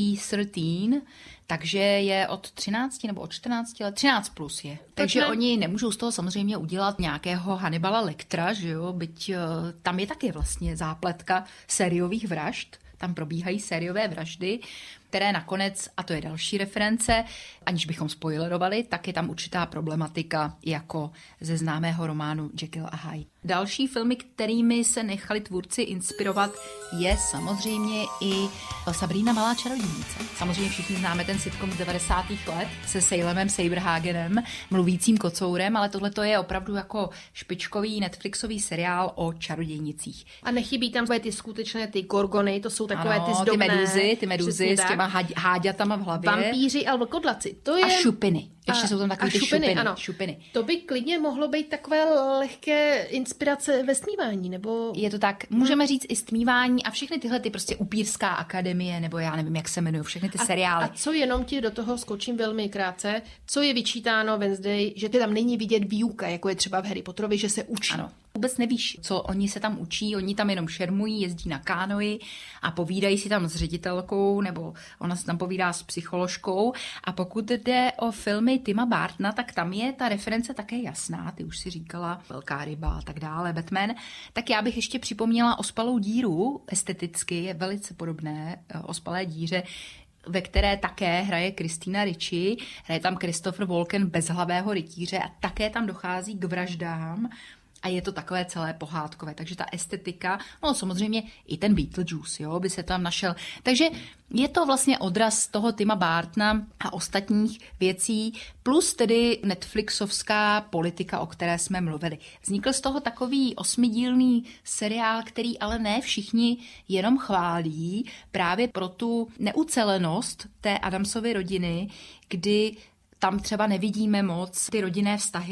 PG-13, takže je od 13 nebo od 14 let, 13 plus je. Takže oni nemůžou z toho samozřejmě udělat nějakého Hannibala Lectera, že jo, byť tam je taky vlastně zápletka sériových vražd, tam probíhají sériové vraždy, které nakonec, a to je další reference, aniž bychom spoilerovali, tak je tam určitá problematika jako ze známého románu Jekyll a Hyde. Další filmy, kterými se nechali tvůrci inspirovat, je samozřejmě i Sabrina malá čarodějnice. Samozřejmě všichni známe ten sitcom z 90. let se Salemem Saberhagenem, mluvícím kocourem, ale tohle je opravdu jako špičkový Netflixový seriál o čarodějnicích. A nechybí tam ty skutečné ty gorgony, to jsou takové ty zdobné. Ty meduzy s těma háďatama v hlavě. Vampíři a vlkodlaci. To je... A šupiny. Ještě jsou tam takové ty šupiny. To by klidně mohlo být takové lehké inspirace ve stmívání, nebo... Je to tak, můžeme říct i stmívání a všechny tyhle ty prostě upírská akademie, nebo já nevím, jak se jmenují, všechny ty seriály. A co jenom ti do toho skočím velmi krátce, co je vyčítáno Wednesday, že ty tam není vidět výuka, jako je třeba v Harry Potterovi, že se učí. Ano. Vůbec nevíš, co oni se tam učí, oni tam jenom šermují, jezdí na kánoji a povídají si tam s ředitelkou, nebo ona se tam povídá s psycholožkou. A pokud jde o filmy Tima Burtona, tak tam je ta reference také jasná, ty už si říkala, Velká ryba a tak dále, Batman. Tak já bych ještě připomněla Ospalou díru, esteticky je velice podobné Ospalé díře, ve které také hraje Christina Ricci, hraje tam Christopher Walken bezhlavého rytíře a také tam dochází k vraždám. A je to takové celé pohádkové, takže ta estetika, no samozřejmě i ten Beetlejuice, jo, by se tam našel. Takže je to vlastně odraz toho Tima Burtona a ostatních věcí, plus tedy Netflixovská politika, o které jsme mluvili. Vznikl z toho takový 8dílný seriál, který ale ne všichni jenom chválí, právě pro tu neucelenost té Addamsovy rodiny, kdy tam třeba nevidíme moc ty rodinné vztahy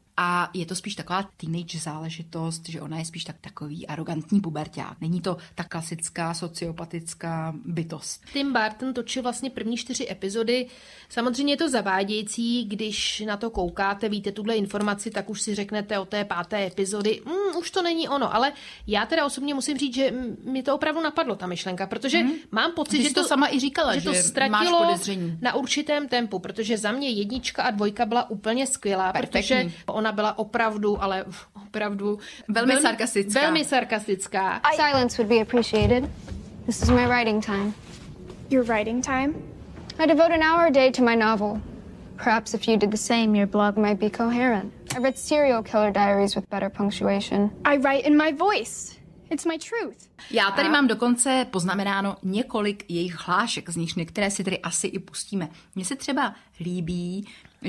A je to spíš taková teenage záležitost, že ona je spíš takový arrogantní puberťák. Není to ta klasická sociopatická bytost. Tim Burton točil vlastně první 4 epizody. Samozřejmě je to zavádějící, když na to koukáte, víte tuhle informaci, tak už si řeknete o té 5. epizody, už to není ono, ale já teda osobně musím říct, že mi to opravdu napadlo, ta myšlenka, protože mám pocit, že to sama i říkala, že to ztratilo na určitém tempu, protože za mě 1 a 2 byla úplně skvělá, protože ona byla opravdu, ale opravdu velmi sarkastická. Velmi sarkastická. Silence would be appreciated. This is my writing time. Your writing time? I devote an hour a day to my novel. Perhaps if you did the same, your blog might be coherent. I read serial killer diaries with better punctuation. I write in my voice. It's my truth. Já tady mám dokonce poznamenáno několik jejich hlášek, z nichž některé si tady asi i pustíme. Mně se třeba líbí,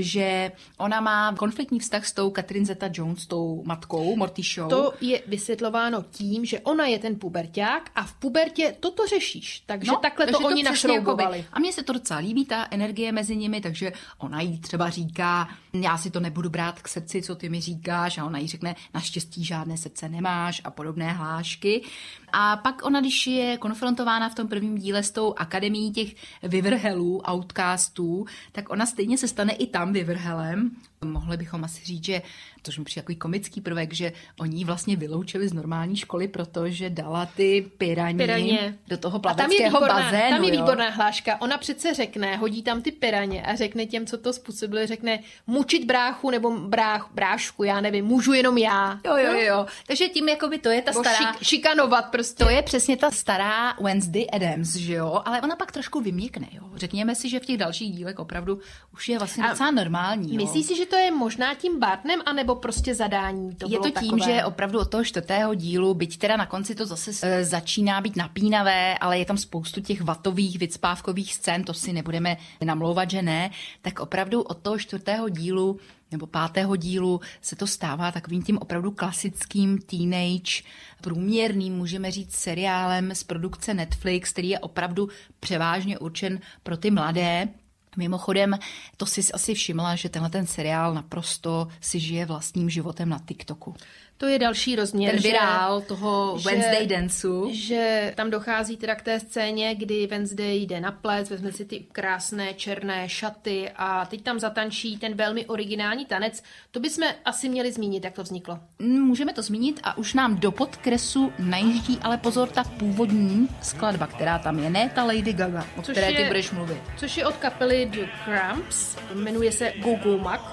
že ona má konfliktní vztah s tou Catherine Zeta-Jones, tou matkou Morty Show. To je vysvětlováno tím, že ona je ten puberťák a v pubertě toto řešíš. Takže takhle to oni našroubovali. A mně se to docela líbí, ta energie mezi nimi, takže ona jí třeba říká, já si to nebudu brát k srdci, co ty mi říkáš, a ona jí řekne, naštěstí žádné srdce nemáš a podobné hlášky. A pak ona, když je konfrontována v tom prvním díle s tou akademií těch vyvrhelů, outcastů, tak ona stejně se stane i tam vyvrhelem. Mohli bychom asi říct, že tož mi přijde takový komický prvek, že oni ji vlastně vyloučili z normální školy, protože dala ty piraně do toho plaveckého bazénu. Tam je výborná hláška. Ona přece řekne, hodí tam ty piraně a řekne těm, co to způsobili, řekne mučit bráchu nebo brášku, já nevím, můžu jenom já. Jo. Takže tím jakoby to je ta stará... Šikanovat prostě. To je přesně ta stará Wednesday Addams, že jo? Ale ona pak trošku vyměkne, jo? Řekněme si, že v těch dalších dílech opravdu už je vlastně docela normální. Myslíš si, že to je možná tím Bartnem, anebo prostě zadání? Je to tím, že opravdu od toho 4. dílu, byť teda na konci to zase začíná být napínavé, ale je tam spoustu těch vatových, vycpávkových scén, to si nebudeme namlouvat, že ne, tak opravdu od toho 4. dílu nebo 5. dílu se to stává takovým tím opravdu klasickým teenage, průměrným, můžeme říct, seriálem z produkce Netflix, který je opravdu převážně určen pro ty mladé. Mimochodem, to jsi asi všimla, že tenhle ten seriál naprosto si žije vlastním životem na TikToku. To je další rozměr. Ten virál toho Wednesday danceu. Že tam dochází teda k té scéně, kdy Wednesday jde na ples, vezme si ty krásné černé šaty a teď tam zatančí ten velmi originální tanec. To bychom asi měli zmínit, jak to vzniklo. Můžeme to zmínit a už nám do podkresu najíždí, ale pozor, ta původní skladba, která tam je, ne ta Lady Gaga, o které ty budeš mluvit. Což je od kapely The Cramps, jmenuje se Go Go Mac.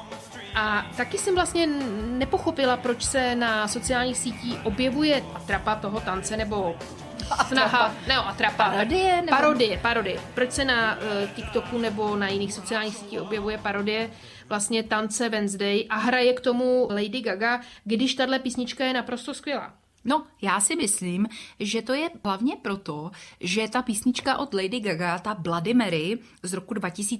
A taky jsem vlastně nepochopila, proč se na sociálních sítích objevuje atrapa toho tance, nebo snaha, atrapa. Parodie. Proč se na TikToku nebo na jiných sociálních sítích objevuje parodie vlastně tance Wednesday a hraje k tomu Lady Gaga, když tahle písnička je naprosto skvělá. No, já si myslím, že to je hlavně proto, že ta písnička od Lady Gaga, ta Bloody Mary z roku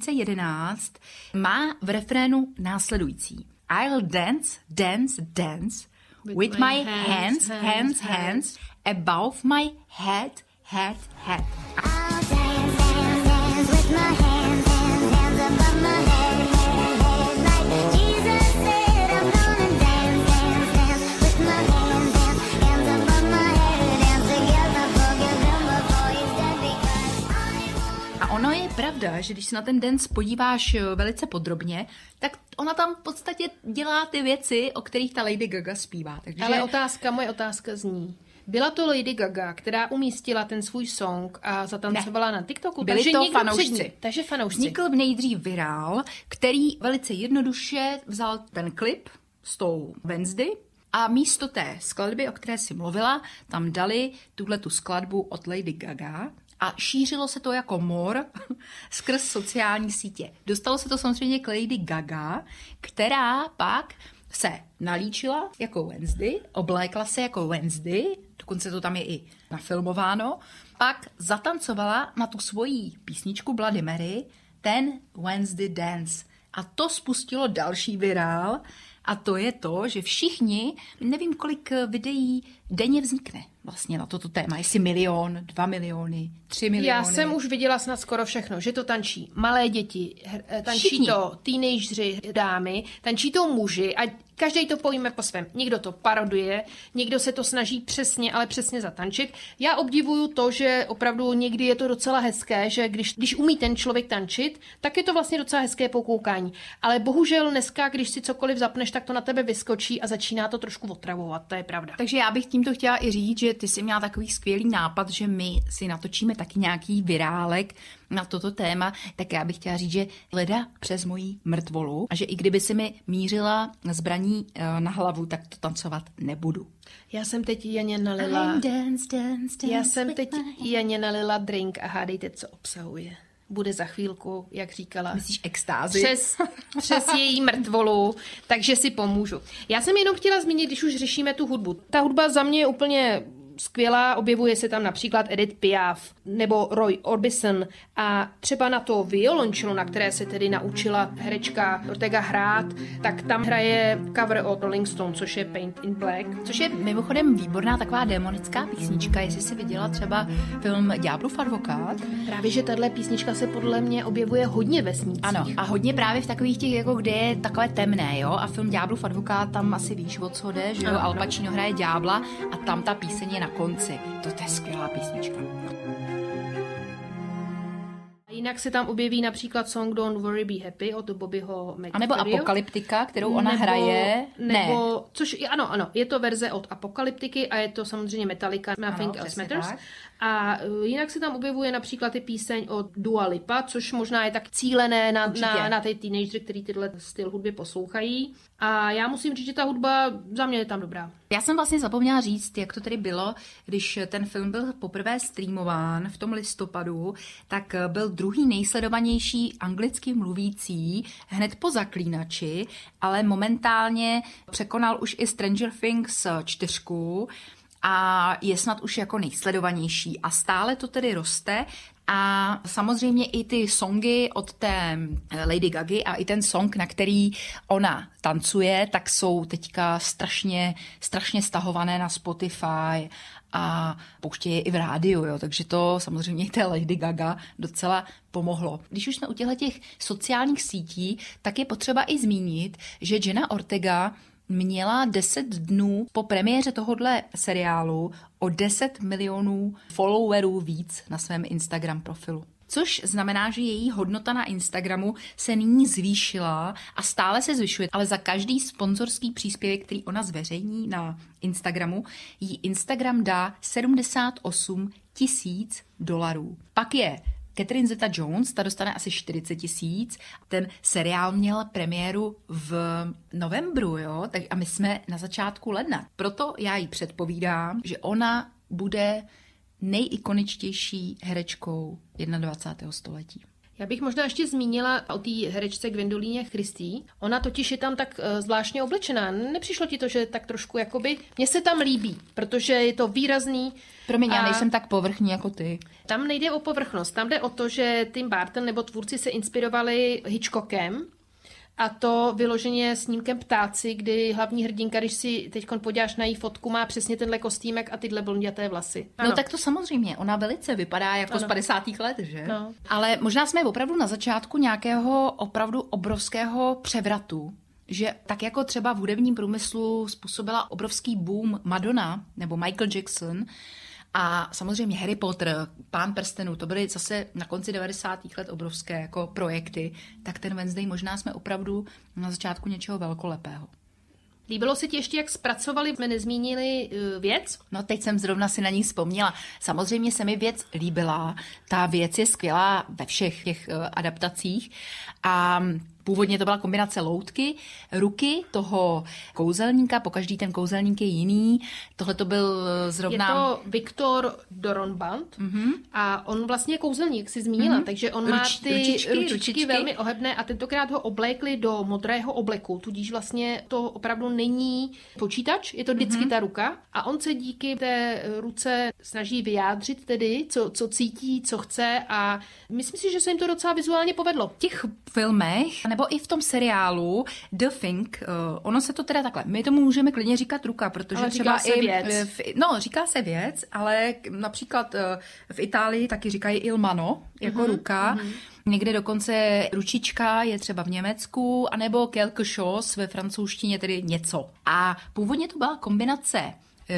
2011, má v refrénu následující. I'll dance, dance, dance with my hands above my head. I'll dance, dance, dance with my hands above my head. Like Jesus said, I'm gonna dance, dance, dance with my hands above my head. Dance together, forgive him before he's dead because A ono je pravda, že když se na ten dance podíváš velice podrobně, tak ona tam v podstatě dělá ty věci, o kterých ta Lady Gaga zpívá. Takže... Ale moje otázka zní, byla to Lady Gaga, která umístila ten svůj song a zatancovala na TikToku? Byli to fanoušci. Takže fanoušci. Vznikl nejdřív virál, který velice jednoduše vzal ten klip s tou Wednesday a místo té skladby, o které si mluvila, tam dali tuhletu skladbu od Lady Gaga a šířilo se to jako mor skrz sociální sítě. Dostalo se to samozřejmě k Lady Gaga, která pak se nalíčila jako Wednesday, oblékla se jako Wednesday, dokonce to tam je i nafilmováno, pak zatancovala na tu svoji písničku Bloody Mary ten Wednesday Dance. A to spustilo další virál a to je to, že všichni, nevím kolik videí denně vznikne vlastně na toto téma, jestli 1 milion, 2 miliony, 3 miliony. Já jsem už viděla snad skoro všechno, že to tančí malé děti, tančí všichni. To teenageři, dámy, tančí to muži a Každý to pojme po svém. Někdo to paroduje, někdo se to snaží přesně, ale přesně zatančit. Já obdivuju to, že opravdu někdy je to docela hezké, že když umí ten člověk tančit, tak je to vlastně docela hezké pokoukání. Ale bohužel dneska, když si cokoliv zapneš, tak to na tebe vyskočí a začíná to trošku otravovat, to je pravda. Takže já bych tímto chtěla i říct, že ty jsi měla takový skvělý nápad, že my si natočíme taky nějaký virálek na toto téma, tak já bych chtěla říct, že leda přes mojí mrtvolu a že i kdyby si mi mířila zbraní na hlavu, tak to tancovat nebudu. Já jsem teď Janě nalila drink a hádejte, co obsahuje. Bude za chvílku, jak říkala. Myslíš extázi? Přes její mrtvolu, takže si pomůžu. Já jsem jenom chtěla zmínit, když už řešíme tu hudbu. Ta hudba za mě je úplně skvělá, objevuje se tam například Edith Piaf nebo Roy Orbison a třeba na to violončelo, na které se tedy naučila herečka Ortega hrát, tak tam hraje cover od Rolling Stone, což je Paint in Black. Což je mimochodem výborná taková démonická písnička, jestli si viděla třeba film Ďáblův advokát. Právě, že tahle písnička se podle mě objevuje hodně ve snících. Ano, a hodně právě v takových těch, jako kde je takové temné, jo, a film Ďáblův advokát, tam asi víš, o co jde, že jo, Al Pacino hraje ďábla a tam ta píseň je na konci. To je skvělá písnička. Jinak se tam objeví například song Don't Worry Be Happy od Bobbyho McFerryho. A nebo Apokalyptika, kterou ona hraje. Nebo, což ano, je to verze od Apokalyptiky a je to samozřejmě Metallica, Nothing Else Matters. Tak. A jinak se tam objevuje například i píseň od Dua Lipa, což možná je tak cílené na ty teenagery, který tyhle styl hudby poslouchají. A já musím říct, že ta hudba za mě je tam dobrá. Já jsem vlastně zapomněla říct, jak to tedy bylo, když ten film byl poprvé streamován v tom listopadu, tak byl druhý nejsledovanější anglicky mluvící hned po Zaklínači, ale momentálně překonal už i Stranger Things 4 a je snad už jako nejsledovanější a stále to tedy roste. A samozřejmě i ty songy od té Lady Gagy a i ten song, na který ona tancuje, tak jsou teďka strašně stahované na Spotify a pouštějí i v rádiu, jo. Takže to samozřejmě i té Lady Gaga docela pomohlo. Když už jsme u těch sociálních sítí, tak je potřeba i zmínit, že Jenna Ortega měla 10 dnů po premiéře tohodle seriálu o 10 milionů followerů víc na svém Instagram profilu. Což znamená, že její hodnota na Instagramu se nyní zvýšila a stále se zvyšuje, ale za každý sponzorský příspěvek, který ona zveřejní na Instagramu, jí Instagram dá $78,000. Pak je Catherine Zeta-Jones, ta dostane asi 40 000. Ten seriál měl premiéru v novembru, jo? A my jsme na začátku ledna. Proto já jí předpovídám, že ona bude nejikoničtější herečkou 21. století. Já bych možná ještě zmínila o té herečce Gwendolíně Christie. Ona totiž je tam tak zvláštně oblečená. Nepřišlo ti to, že tak trošku jakoby... Mně se tam líbí, protože je to výrazný. Promiň, já nejsem tak povrchní jako ty. Tam nejde o povrchnost. Tam jde o to, že Tim Burton nebo tvůrci se inspirovali Hitchcockem. A to vyloženě snímkem Ptáci, kdy hlavní hrdinka, když si teď podíváš na její fotku, má přesně tenhle kostýmek a tyhle blonděté vlasy. Ano. No tak to samozřejmě, ona velice vypadá jako z 50. let, že? No. Ale možná jsme opravdu na začátku nějakého opravdu obrovského převratu, že tak jako třeba v hudebním průmyslu způsobila obrovský boom Madonna nebo Michael Jackson, a samozřejmě Harry Potter, Pán prstenů, to byly zase na konci 90. let obrovské jako projekty, tak ten Wednesday možná jsme opravdu na začátku něčeho velkolepého. Líbilo se ti ještě, jak zpracovali, jsme nezmínili Věc? No teď jsem zrovna si na ní vzpomněla. Samozřejmě se mi Věc líbila, ta věc je skvělá ve všech těch adaptacích a původně to byla kombinace loutky, ruky toho kouzelníka, pokaždý ten kouzelník je jiný. Tohle to byl zrovna... Je to Viktor Doronband a on vlastně je kouzelník, si zmínila, takže on má ty ručičky velmi ohebné a tentokrát ho oblékli do modrého obleku, tudíž vlastně to opravdu není počítač, je to vždycky ta ruka a on se díky té ruce snaží vyjádřit tedy, co cítí, co chce a myslím si, že se jim to docela vizuálně povedlo. V těch filmech nebo i v tom seriálu The Thing, ono se to teda takhle, my tomu můžeme klidně říkat ruka, protože ale třeba i věc. Říká se věc, ale například v Itálii taky říkají il mano, jako ruka. Někde dokonce ručička je třeba v Německu, anebo quelque chose ve francouzštině, tedy něco. A původně to byla kombinace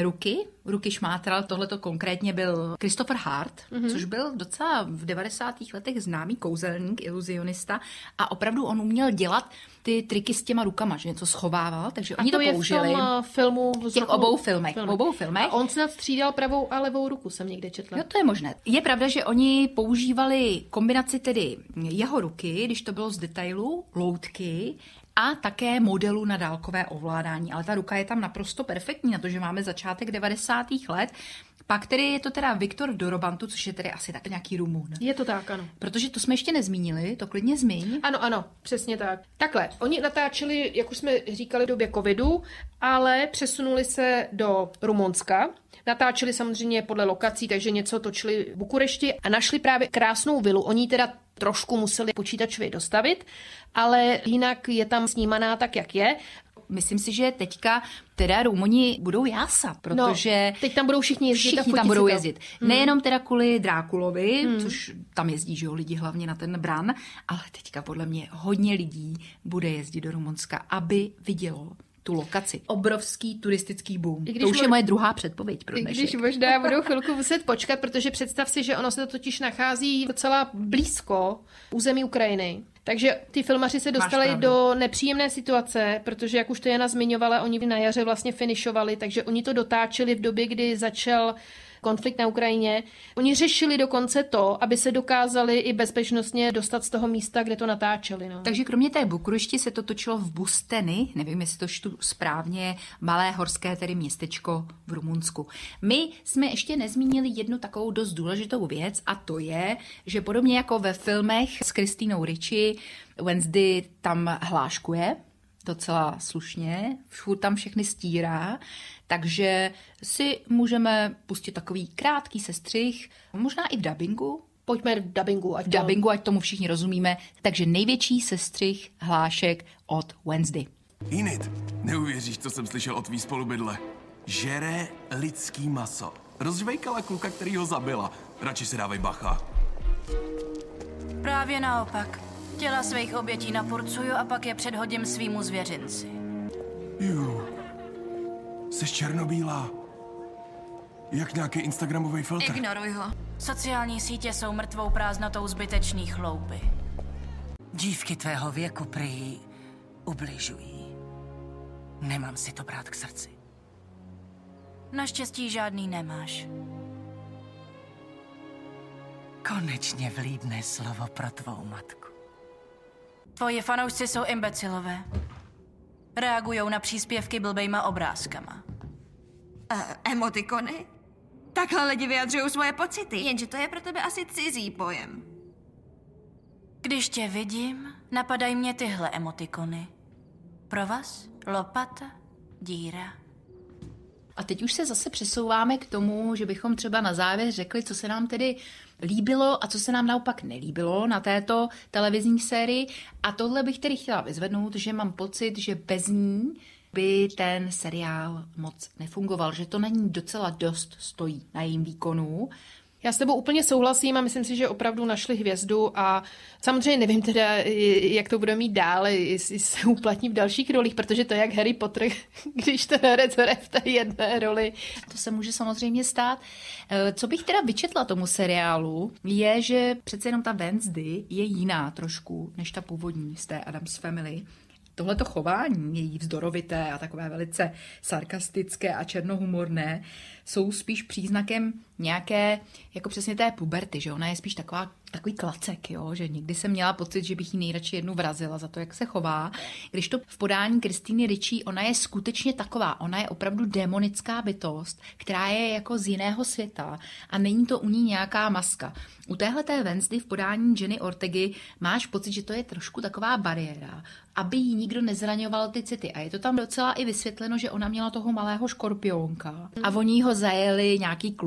ruky šmátral, tohleto konkrétně byl Christopher Hart, což byl docela v 90. letech známý kouzelník, iluzionista a opravdu on uměl dělat ty triky s těma rukama, že něco schovával, takže oni to použili. A to je v tom filmu. V těch obou filmech. A on snad střídal pravou a levou ruku, jsem někde četla. Jo, to je možné. Je pravda, že oni používali kombinaci tedy jeho ruky, když to bylo z detailu, loutky, a také modelu na dálkové ovládání. Ale ta ruka je tam naprosto perfektní na to, že máme začátek 90. let. Pak tedy je to teda Viktor Dorobantu, což je tedy asi tak nějaký Rumun. Je to tak, ano. Protože to jsme ještě nezmínili, to klidně zmiň. Ano, přesně tak. Takhle, oni natáčeli, jak už jsme říkali, v době covidu, ale přesunuli se do Rumunska. Natáčeli samozřejmě podle lokací, takže něco točili v Bukurešti a našli právě krásnou vilu. Oni teda trošku museli počítačově dostavit, ale jinak je tam snímaná tak, jak je. Myslím si, že teďka teda Rumuni budou jásat, protože... No, teď tam budou všichni jezdit a fotit tam budou si to. jezdit. Nejenom teda kvůli Drákulovi, což tam jezdí, že jo, lidi hlavně na ten Bran, ale teďka podle mě hodně lidí bude jezdit do Rumunska, aby vidělo tu lokaci. Obrovský turistický boom. To už je moje druhá předpověď pro dnešek. Když možná budou chvilku muset počkat, protože představ si, že ono se to totiž nachází docela blízko území Ukrajiny. Takže ty filmaři se dostali do nepříjemné situace, protože, jak už to Jana zmiňovala, oni na jaře vlastně finišovali, takže oni to dotáčeli v době, kdy začal konflikt na Ukrajině. Oni řešili dokonce to, aby se dokázali i bezpečnostně dostat z toho místa, kde to natáčeli. No. Takže kromě té Bukurešti se to točilo v Busteny, nevím, jestli to čtu správně, malé horské tedy městečko v Rumunsku. My jsme ještě nezmínili jednu takovou dost důležitou věc a to je, že podobně jako ve filmech s Christinou Ricci, Wednesday tam hláškuje, docela slušně, furt tam všechny stírá, takže si můžeme pustit takový krátký sestřih, možná i v dabingu. Pojďme v dabingu. Ať tomu všichni rozumíme. Takže největší sestřih hlášek od Wednesday. Enid, neuvěříš, co jsem slyšel od tvý spolubydle. Žere lidský maso. Rozžvejkala kluka, který ho zabila. Radši si dávej bacha. Právě naopak. Těla svých obětí napurcuju a pak je předhodím svýmu zvěřinci. Jsi černobílá. Jak nějaký instagramový filtr. Ignoruj ho. Sociální sítě jsou mrtvou prázdnotou zbytečný chlouby. Dívky tvého věku prý ubližují. Nemám si to brát k srdci. Naštěstí žádný nemáš. Konečně vlídné slovo pro tvou matku. Tvoji fanoušci jsou imbecilové. Reagujou na příspěvky blbejma obrázkama. Emotikony? Takhle lidi vyjadřují svoje pocity, jenže to je pro tebe asi cizí pojem. Když tě vidím, napadají mě tyhle emotikony. Provaz, lopata, díra. A teď už se zase přesouváme k tomu, že bychom třeba na závěr řekli, co se nám tedy líbilo a co se nám naopak nelíbilo na této televizní sérii. A tohle bych tedy chtěla vyzvednout, že mám pocit, že bez ní by ten seriál moc nefungoval, že to na ní docela dost stojí na jejím výkonu. Já s tebou úplně souhlasím a myslím si, že opravdu našli hvězdu a samozřejmě nevím teda, jak to bude mít dál, jestli se uplatní v dalších rolích, protože to je jak Harry Potter, když ten herec hraje v té jedné roli. To se může samozřejmě stát. Co bych teda vyčetla tomu seriálu, je, že přece jenom ta Wednesday je jiná trošku, než ta původní z té Addams Family. Tohleto chování, její vzdorovité a takové velice sarkastické a černohumorné, jsou spíš příznakem nějaké, jako přesně té puberty, že ona je spíš takový klacek, jo? Že někdy jsem měla pocit, že bych jí nejradši jednu vrazila za to, jak se chová. Když to v podání Kristýny Ricci, ona je skutečně taková, ona je opravdu démonická bytost, která je jako z jiného světa a není to u ní nějaká maska. U téhleté Wednesday v podání Jenny Ortegy máš pocit, že to je trošku taková bariéra, aby jí nikdo nezraňoval ty city. A je to tam docela i vysvětleno, že ona měla toho malého škorpionka a oni ho zajeli nějaký kluci z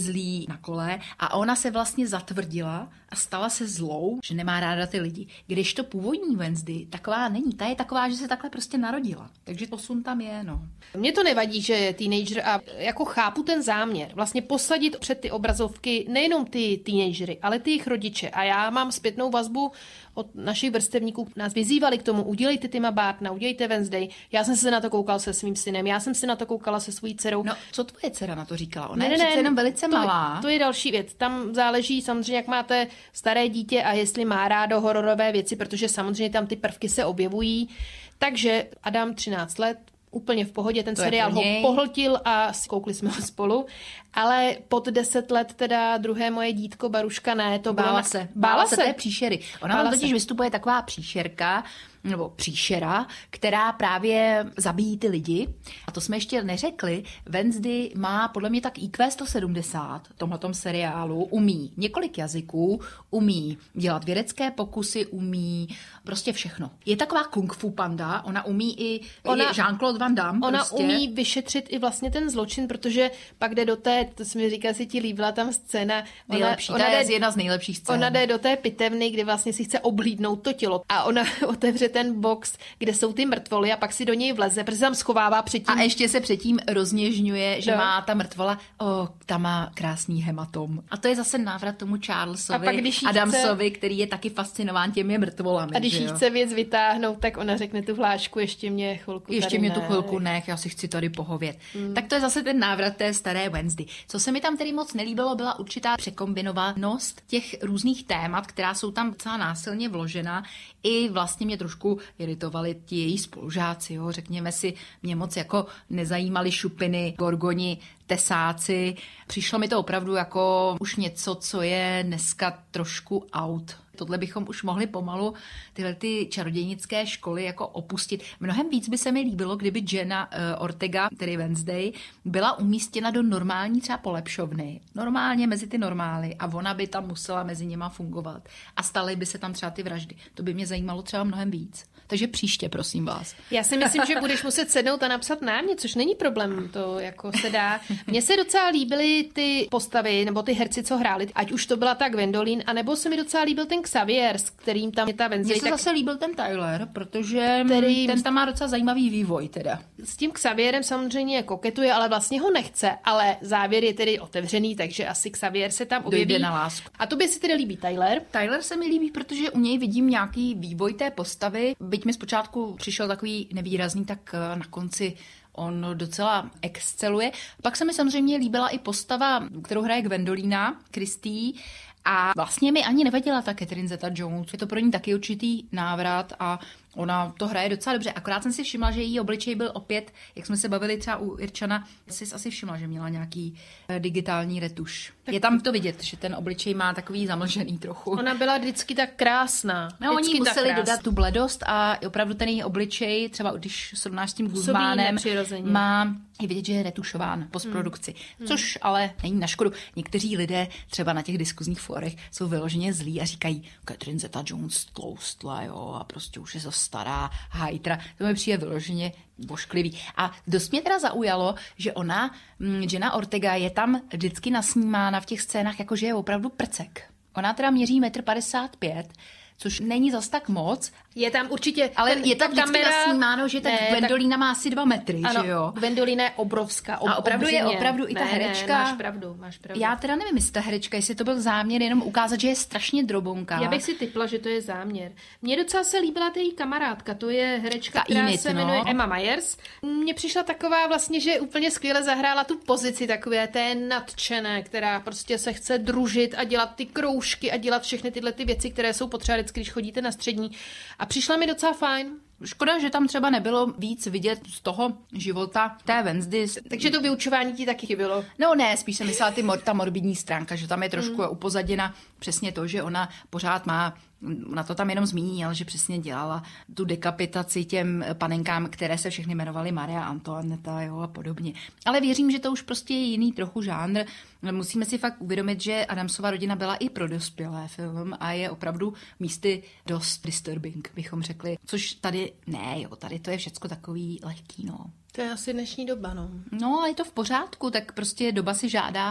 zlý na kole a ona se vlastně zatvrdila a stala se zlou, že nemá ráda ty lidi. Když to původní Wednesday taková není, ta je taková, že se takhle prostě narodila. Takže posun tam je, no. Mně to nevadí, že je teenager a jako chápu ten záměr. Vlastně posadit před ty obrazovky nejenom ty teenagery, ale ty jejich rodiče. A já mám zpětnou vazbu od našich vrstevníků. Nás vyzývali k tomu, udělejte Tima Burtona, udělejte Wednesday. Já jsem se na to koukal se svým synem, já jsem se na to koukala se svojí dcerou. No, co tvoje dcera na to říkala? Ona je přece jenom velice malá. To je další věc. Tam záleží samozřejmě, jak máte staré dítě a jestli má rádo hororové věci, protože samozřejmě tam ty prvky se objevují. Takže Adam 13 let, úplně v pohodě, ten seriál ho pohltil a koukli jsme ho spolu, ale pod 10 let teda druhé moje dítko Baruška ne, to Bála se té příšery. Ona tam totiž vystupuje taková příšerka, nebo příšera, která právě zabíjí ty lidi. A to jsme ještě neřekli. Wednesday má podle mě tak IQ 170 v tomhletom seriálu. Umí několik jazyků, umí dělat vědecké pokusy, umí prostě všechno. Je taková kung fu panda, ona umí i Jean-Claude Van Damme. Ona prostě umí vyšetřit i vlastně ten zločin, protože pak jde do té, to jsi mi říkal, si ti líbila tam scéna. Ona je jedna z nejlepších scén. Ona jde do té pitevny, kde vlastně si chce oblídnout to tělo a ona otevře ten box, kde jsou ty mrtvoly a pak si do něj vleze, protože se tam schovává předtím. A ještě se předtím rozněžňuje, že má ta mrtvola, ta má krásný hematom. A to je zase návrat tomu Charlesovi, Adamsovi, který je taky fascinován těmi mrtvolami. A když jí chce věc vytáhnout, tak ona řekne tu hlášku, ještě mě chvilku tu chvilku nech, já si chci tady pohovět. Tak to je zase ten návrat té staré Wednesday. Co se mi tam tedy moc nelíbilo, byla určitá překombinovanost těch různých témat, která jsou tam docela násilně vložena. I vlastně mě trošku iritovali ti její spolužáci, jo. Řekněme si, mě moc jako nezajímaly šupiny, gorgoni, tesáci. Přišlo mi to opravdu jako už něco, co je dneska trošku out. Tohle bychom už mohli pomalu tyhle ty čarodějnické školy jako opustit. Mnohem víc by se mi líbilo, kdyby Jenna Ortega, tedy Wednesday, byla umístěna do normální třeba polepšovny. Normálně mezi ty normály a ona by tam musela mezi něma fungovat. A staly by se tam třeba ty vraždy. To by mě zajímalo třeba mnohem víc. Takže příště, prosím vás. Já si myslím, že budeš muset sednout a napsat námět, což není problém, to jako se dá. Mně se docela líbily ty postavy, nebo ty herci, co hráli, ať už to byla ta Gwendolyn, anebo se mi docela líbil ten Xavier, s kterým tam je ta Wednesday. Mně se zase líbil ten Tyler, protože ten tam má docela zajímavý vývoj teda. S tím Xavierem samozřejmě koketuje, ale vlastně ho nechce, ale závěr je tedy otevřený, takže asi Xavier se tam objeví. Dojde na lásku. A tobě si tedy líbí Tyler? Tyler se mi líbí, protože u něj vidím nějaký vývoj té postavy. Byť mi zpočátku přišel takový nevýrazný, tak na konci on docela exceluje. Pak se mi samozřejmě líbila i postava, kterou hraje Gwendolina, Christie, a vlastně mi ani nevadila ta Catherine Zeta-Jones. Je to pro ní taky určitý návrat a ona to hraje docela dobře. Akorát jsem si všimla, že její obličej byl opět, jak jsme se bavili třeba u Irčana, jsi asi všimla, že měla nějaký digitální retuš. Tak je tam to vidět, že ten obličej má takový zamlžený trochu. Ona byla vždycky tak krásná. No, oni museli dodat tu bledost a opravdu ten její obličej, třeba když srovnáš s tím Guzmánem, má je vidět, že je retušován postprodukci. Což ale není na škodu. Někteří lidé třeba na těch diskuzních fórech jsou vyloženě zlí a říkají, Catherine Zeta-Jones tloustla, jo, a prostě už je to stará hajtra. To mi přijde vyloženě bošklivý. A dost mě teda zaujalo, že ona, Jenna Ortega, je tam vždycky nasnímána v těch scénách, jakože je opravdu prcek. Ona teda měří 1,55 m, což není zas tak moc. Je tam určitě... Ale je tam vždycky nasnímáno, že ta Gwendolina má asi 2 metry, ano, že jo? Gwendolina je obrovská. A opravdu je i ta herečka. Máš pravdu. Já teda nevím, jestli ta herečka, jestli to byl záměr jenom ukázat, že je strašně drobonká. Já bych si tipla, že to je záměr. Mně docela se líbila ta její kamarádka, to je herečka, která se jmenuje Emma Myers. Mně přišla taková vlastně, že úplně skvěle zahrála tu pozici takové té nadčené, která prostě se chce družit a dělat ty kroužky a dělat všechny tyhle ty věci, které jsou potřeba vždycky, když chodíte na střední. A přišla mi docela fajn. Škoda, že tam třeba nebylo víc vidět z toho života té Wednesday. Takže to vyučování ti taky chybělo? No ne, spíš jsem myslela ta morbidní stránka, že tam je trošku upozaděna přesně to, že ona pořád má, na to tam jenom zmíní, ale že přesně dělala tu dekapitaci těm panenkám, které se všechny jmenovaly Maria Antoinetta, jo, a podobně. Ale věřím, že to už prostě je jiný trochu žánr. Musíme si fakt uvědomit, že Adamsova rodina byla i pro dospělé film a je opravdu místy dost disturbing, bychom řekli. Což tady ne, jo, tady to je všecko takový lehký, no. To je asi dnešní doba, no. No, ale je to v pořádku, tak prostě doba si žádá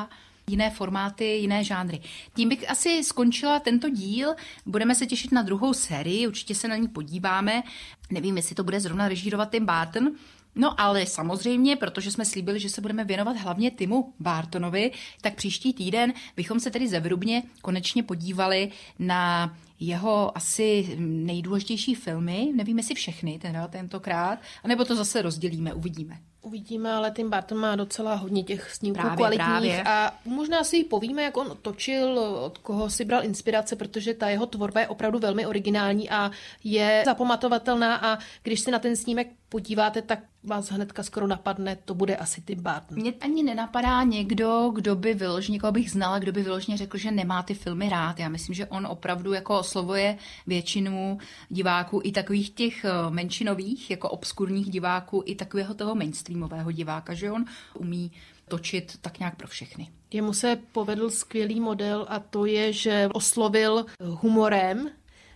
jiné formáty, jiné žánry. Tím bych asi skončila tento díl. Budeme se těšit na druhou sérii, určitě se na ní podíváme. Nevím, jestli to bude zrovna režírovat Tim Burton, no ale samozřejmě, protože jsme slíbili, že se budeme věnovat hlavně Timu Burtonovi, tak příští týden bychom se tedy zevrubně konečně podívali na jeho asi nejdůležitější filmy, nevím jestli všechny tentokrát, anebo to zase rozdělíme, uvidíme. Uvidíme, ale Tim Burton má docela hodně těch snímků Právě. A možná si povíme, jak on točil, od koho si bral inspirace, protože ta jeho tvorba je opravdu velmi originální a je zapamatovatelná a když si na ten snímek podíváte, tak vás hnedka skoro napadne, to bude asi Tim Burton. Mně ani nenapadá někdo, kdo by vyloženě, někoho bych znala, kdo by vyloženě řekl, že nemá ty filmy rád. Já myslím, že on opravdu jako oslovuje většinu diváků, i takových těch menšinových, jako obskurních diváků, i takového toho mainstreamového diváka, že on umí točit tak nějak pro všechny. Jemu se povedl skvělý model a to je, že oslovil humorem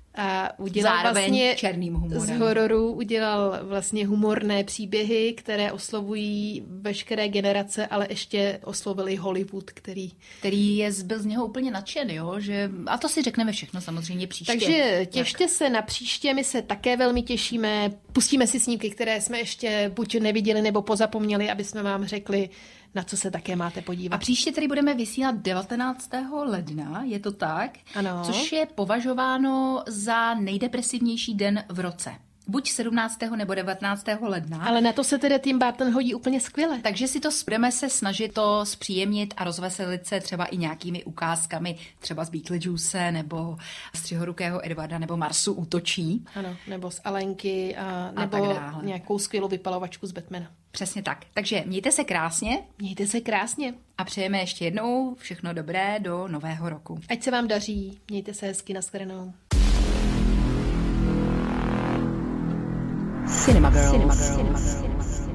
a udělal zároveň vlastně černým humorem. Z hororu udělal vlastně humorné příběhy, které oslovují veškeré generace, ale ještě oslovili Hollywood, který byl z něho úplně nadšen, jo? Že, a to si řekneme všechno samozřejmě příště. Takže těšte se na příště, my se také velmi těšíme. Pustíme si snímky, které jsme ještě buď neviděli nebo pozapomněli, aby jsme vám řekli, na co se také máte podívat. A příště tedy budeme vysílat 19. ledna, je to tak? Ano. Což je považováno za nejdepresivnější den v roce. Buď 17. nebo 19. ledna. Ale na to se tedy Tim Burton hodí úplně skvěle. Takže si to budeme se snažit to zpříjemnit a rozveselit se třeba i nějakými ukázkami, třeba z Beetlejuice nebo z Třihorukého Edvarda nebo Marsu útočí. Ano, nebo z Alenky nebo nějakou skvělou vypalovačku z Batmana. Přesně tak. Takže mějte se krásně. Mějte se krásně. A přejeme ještě jednou všechno dobré do nového roku. Ať se vám daří. Mějte se hezky, nashledanou. Cinema Girls.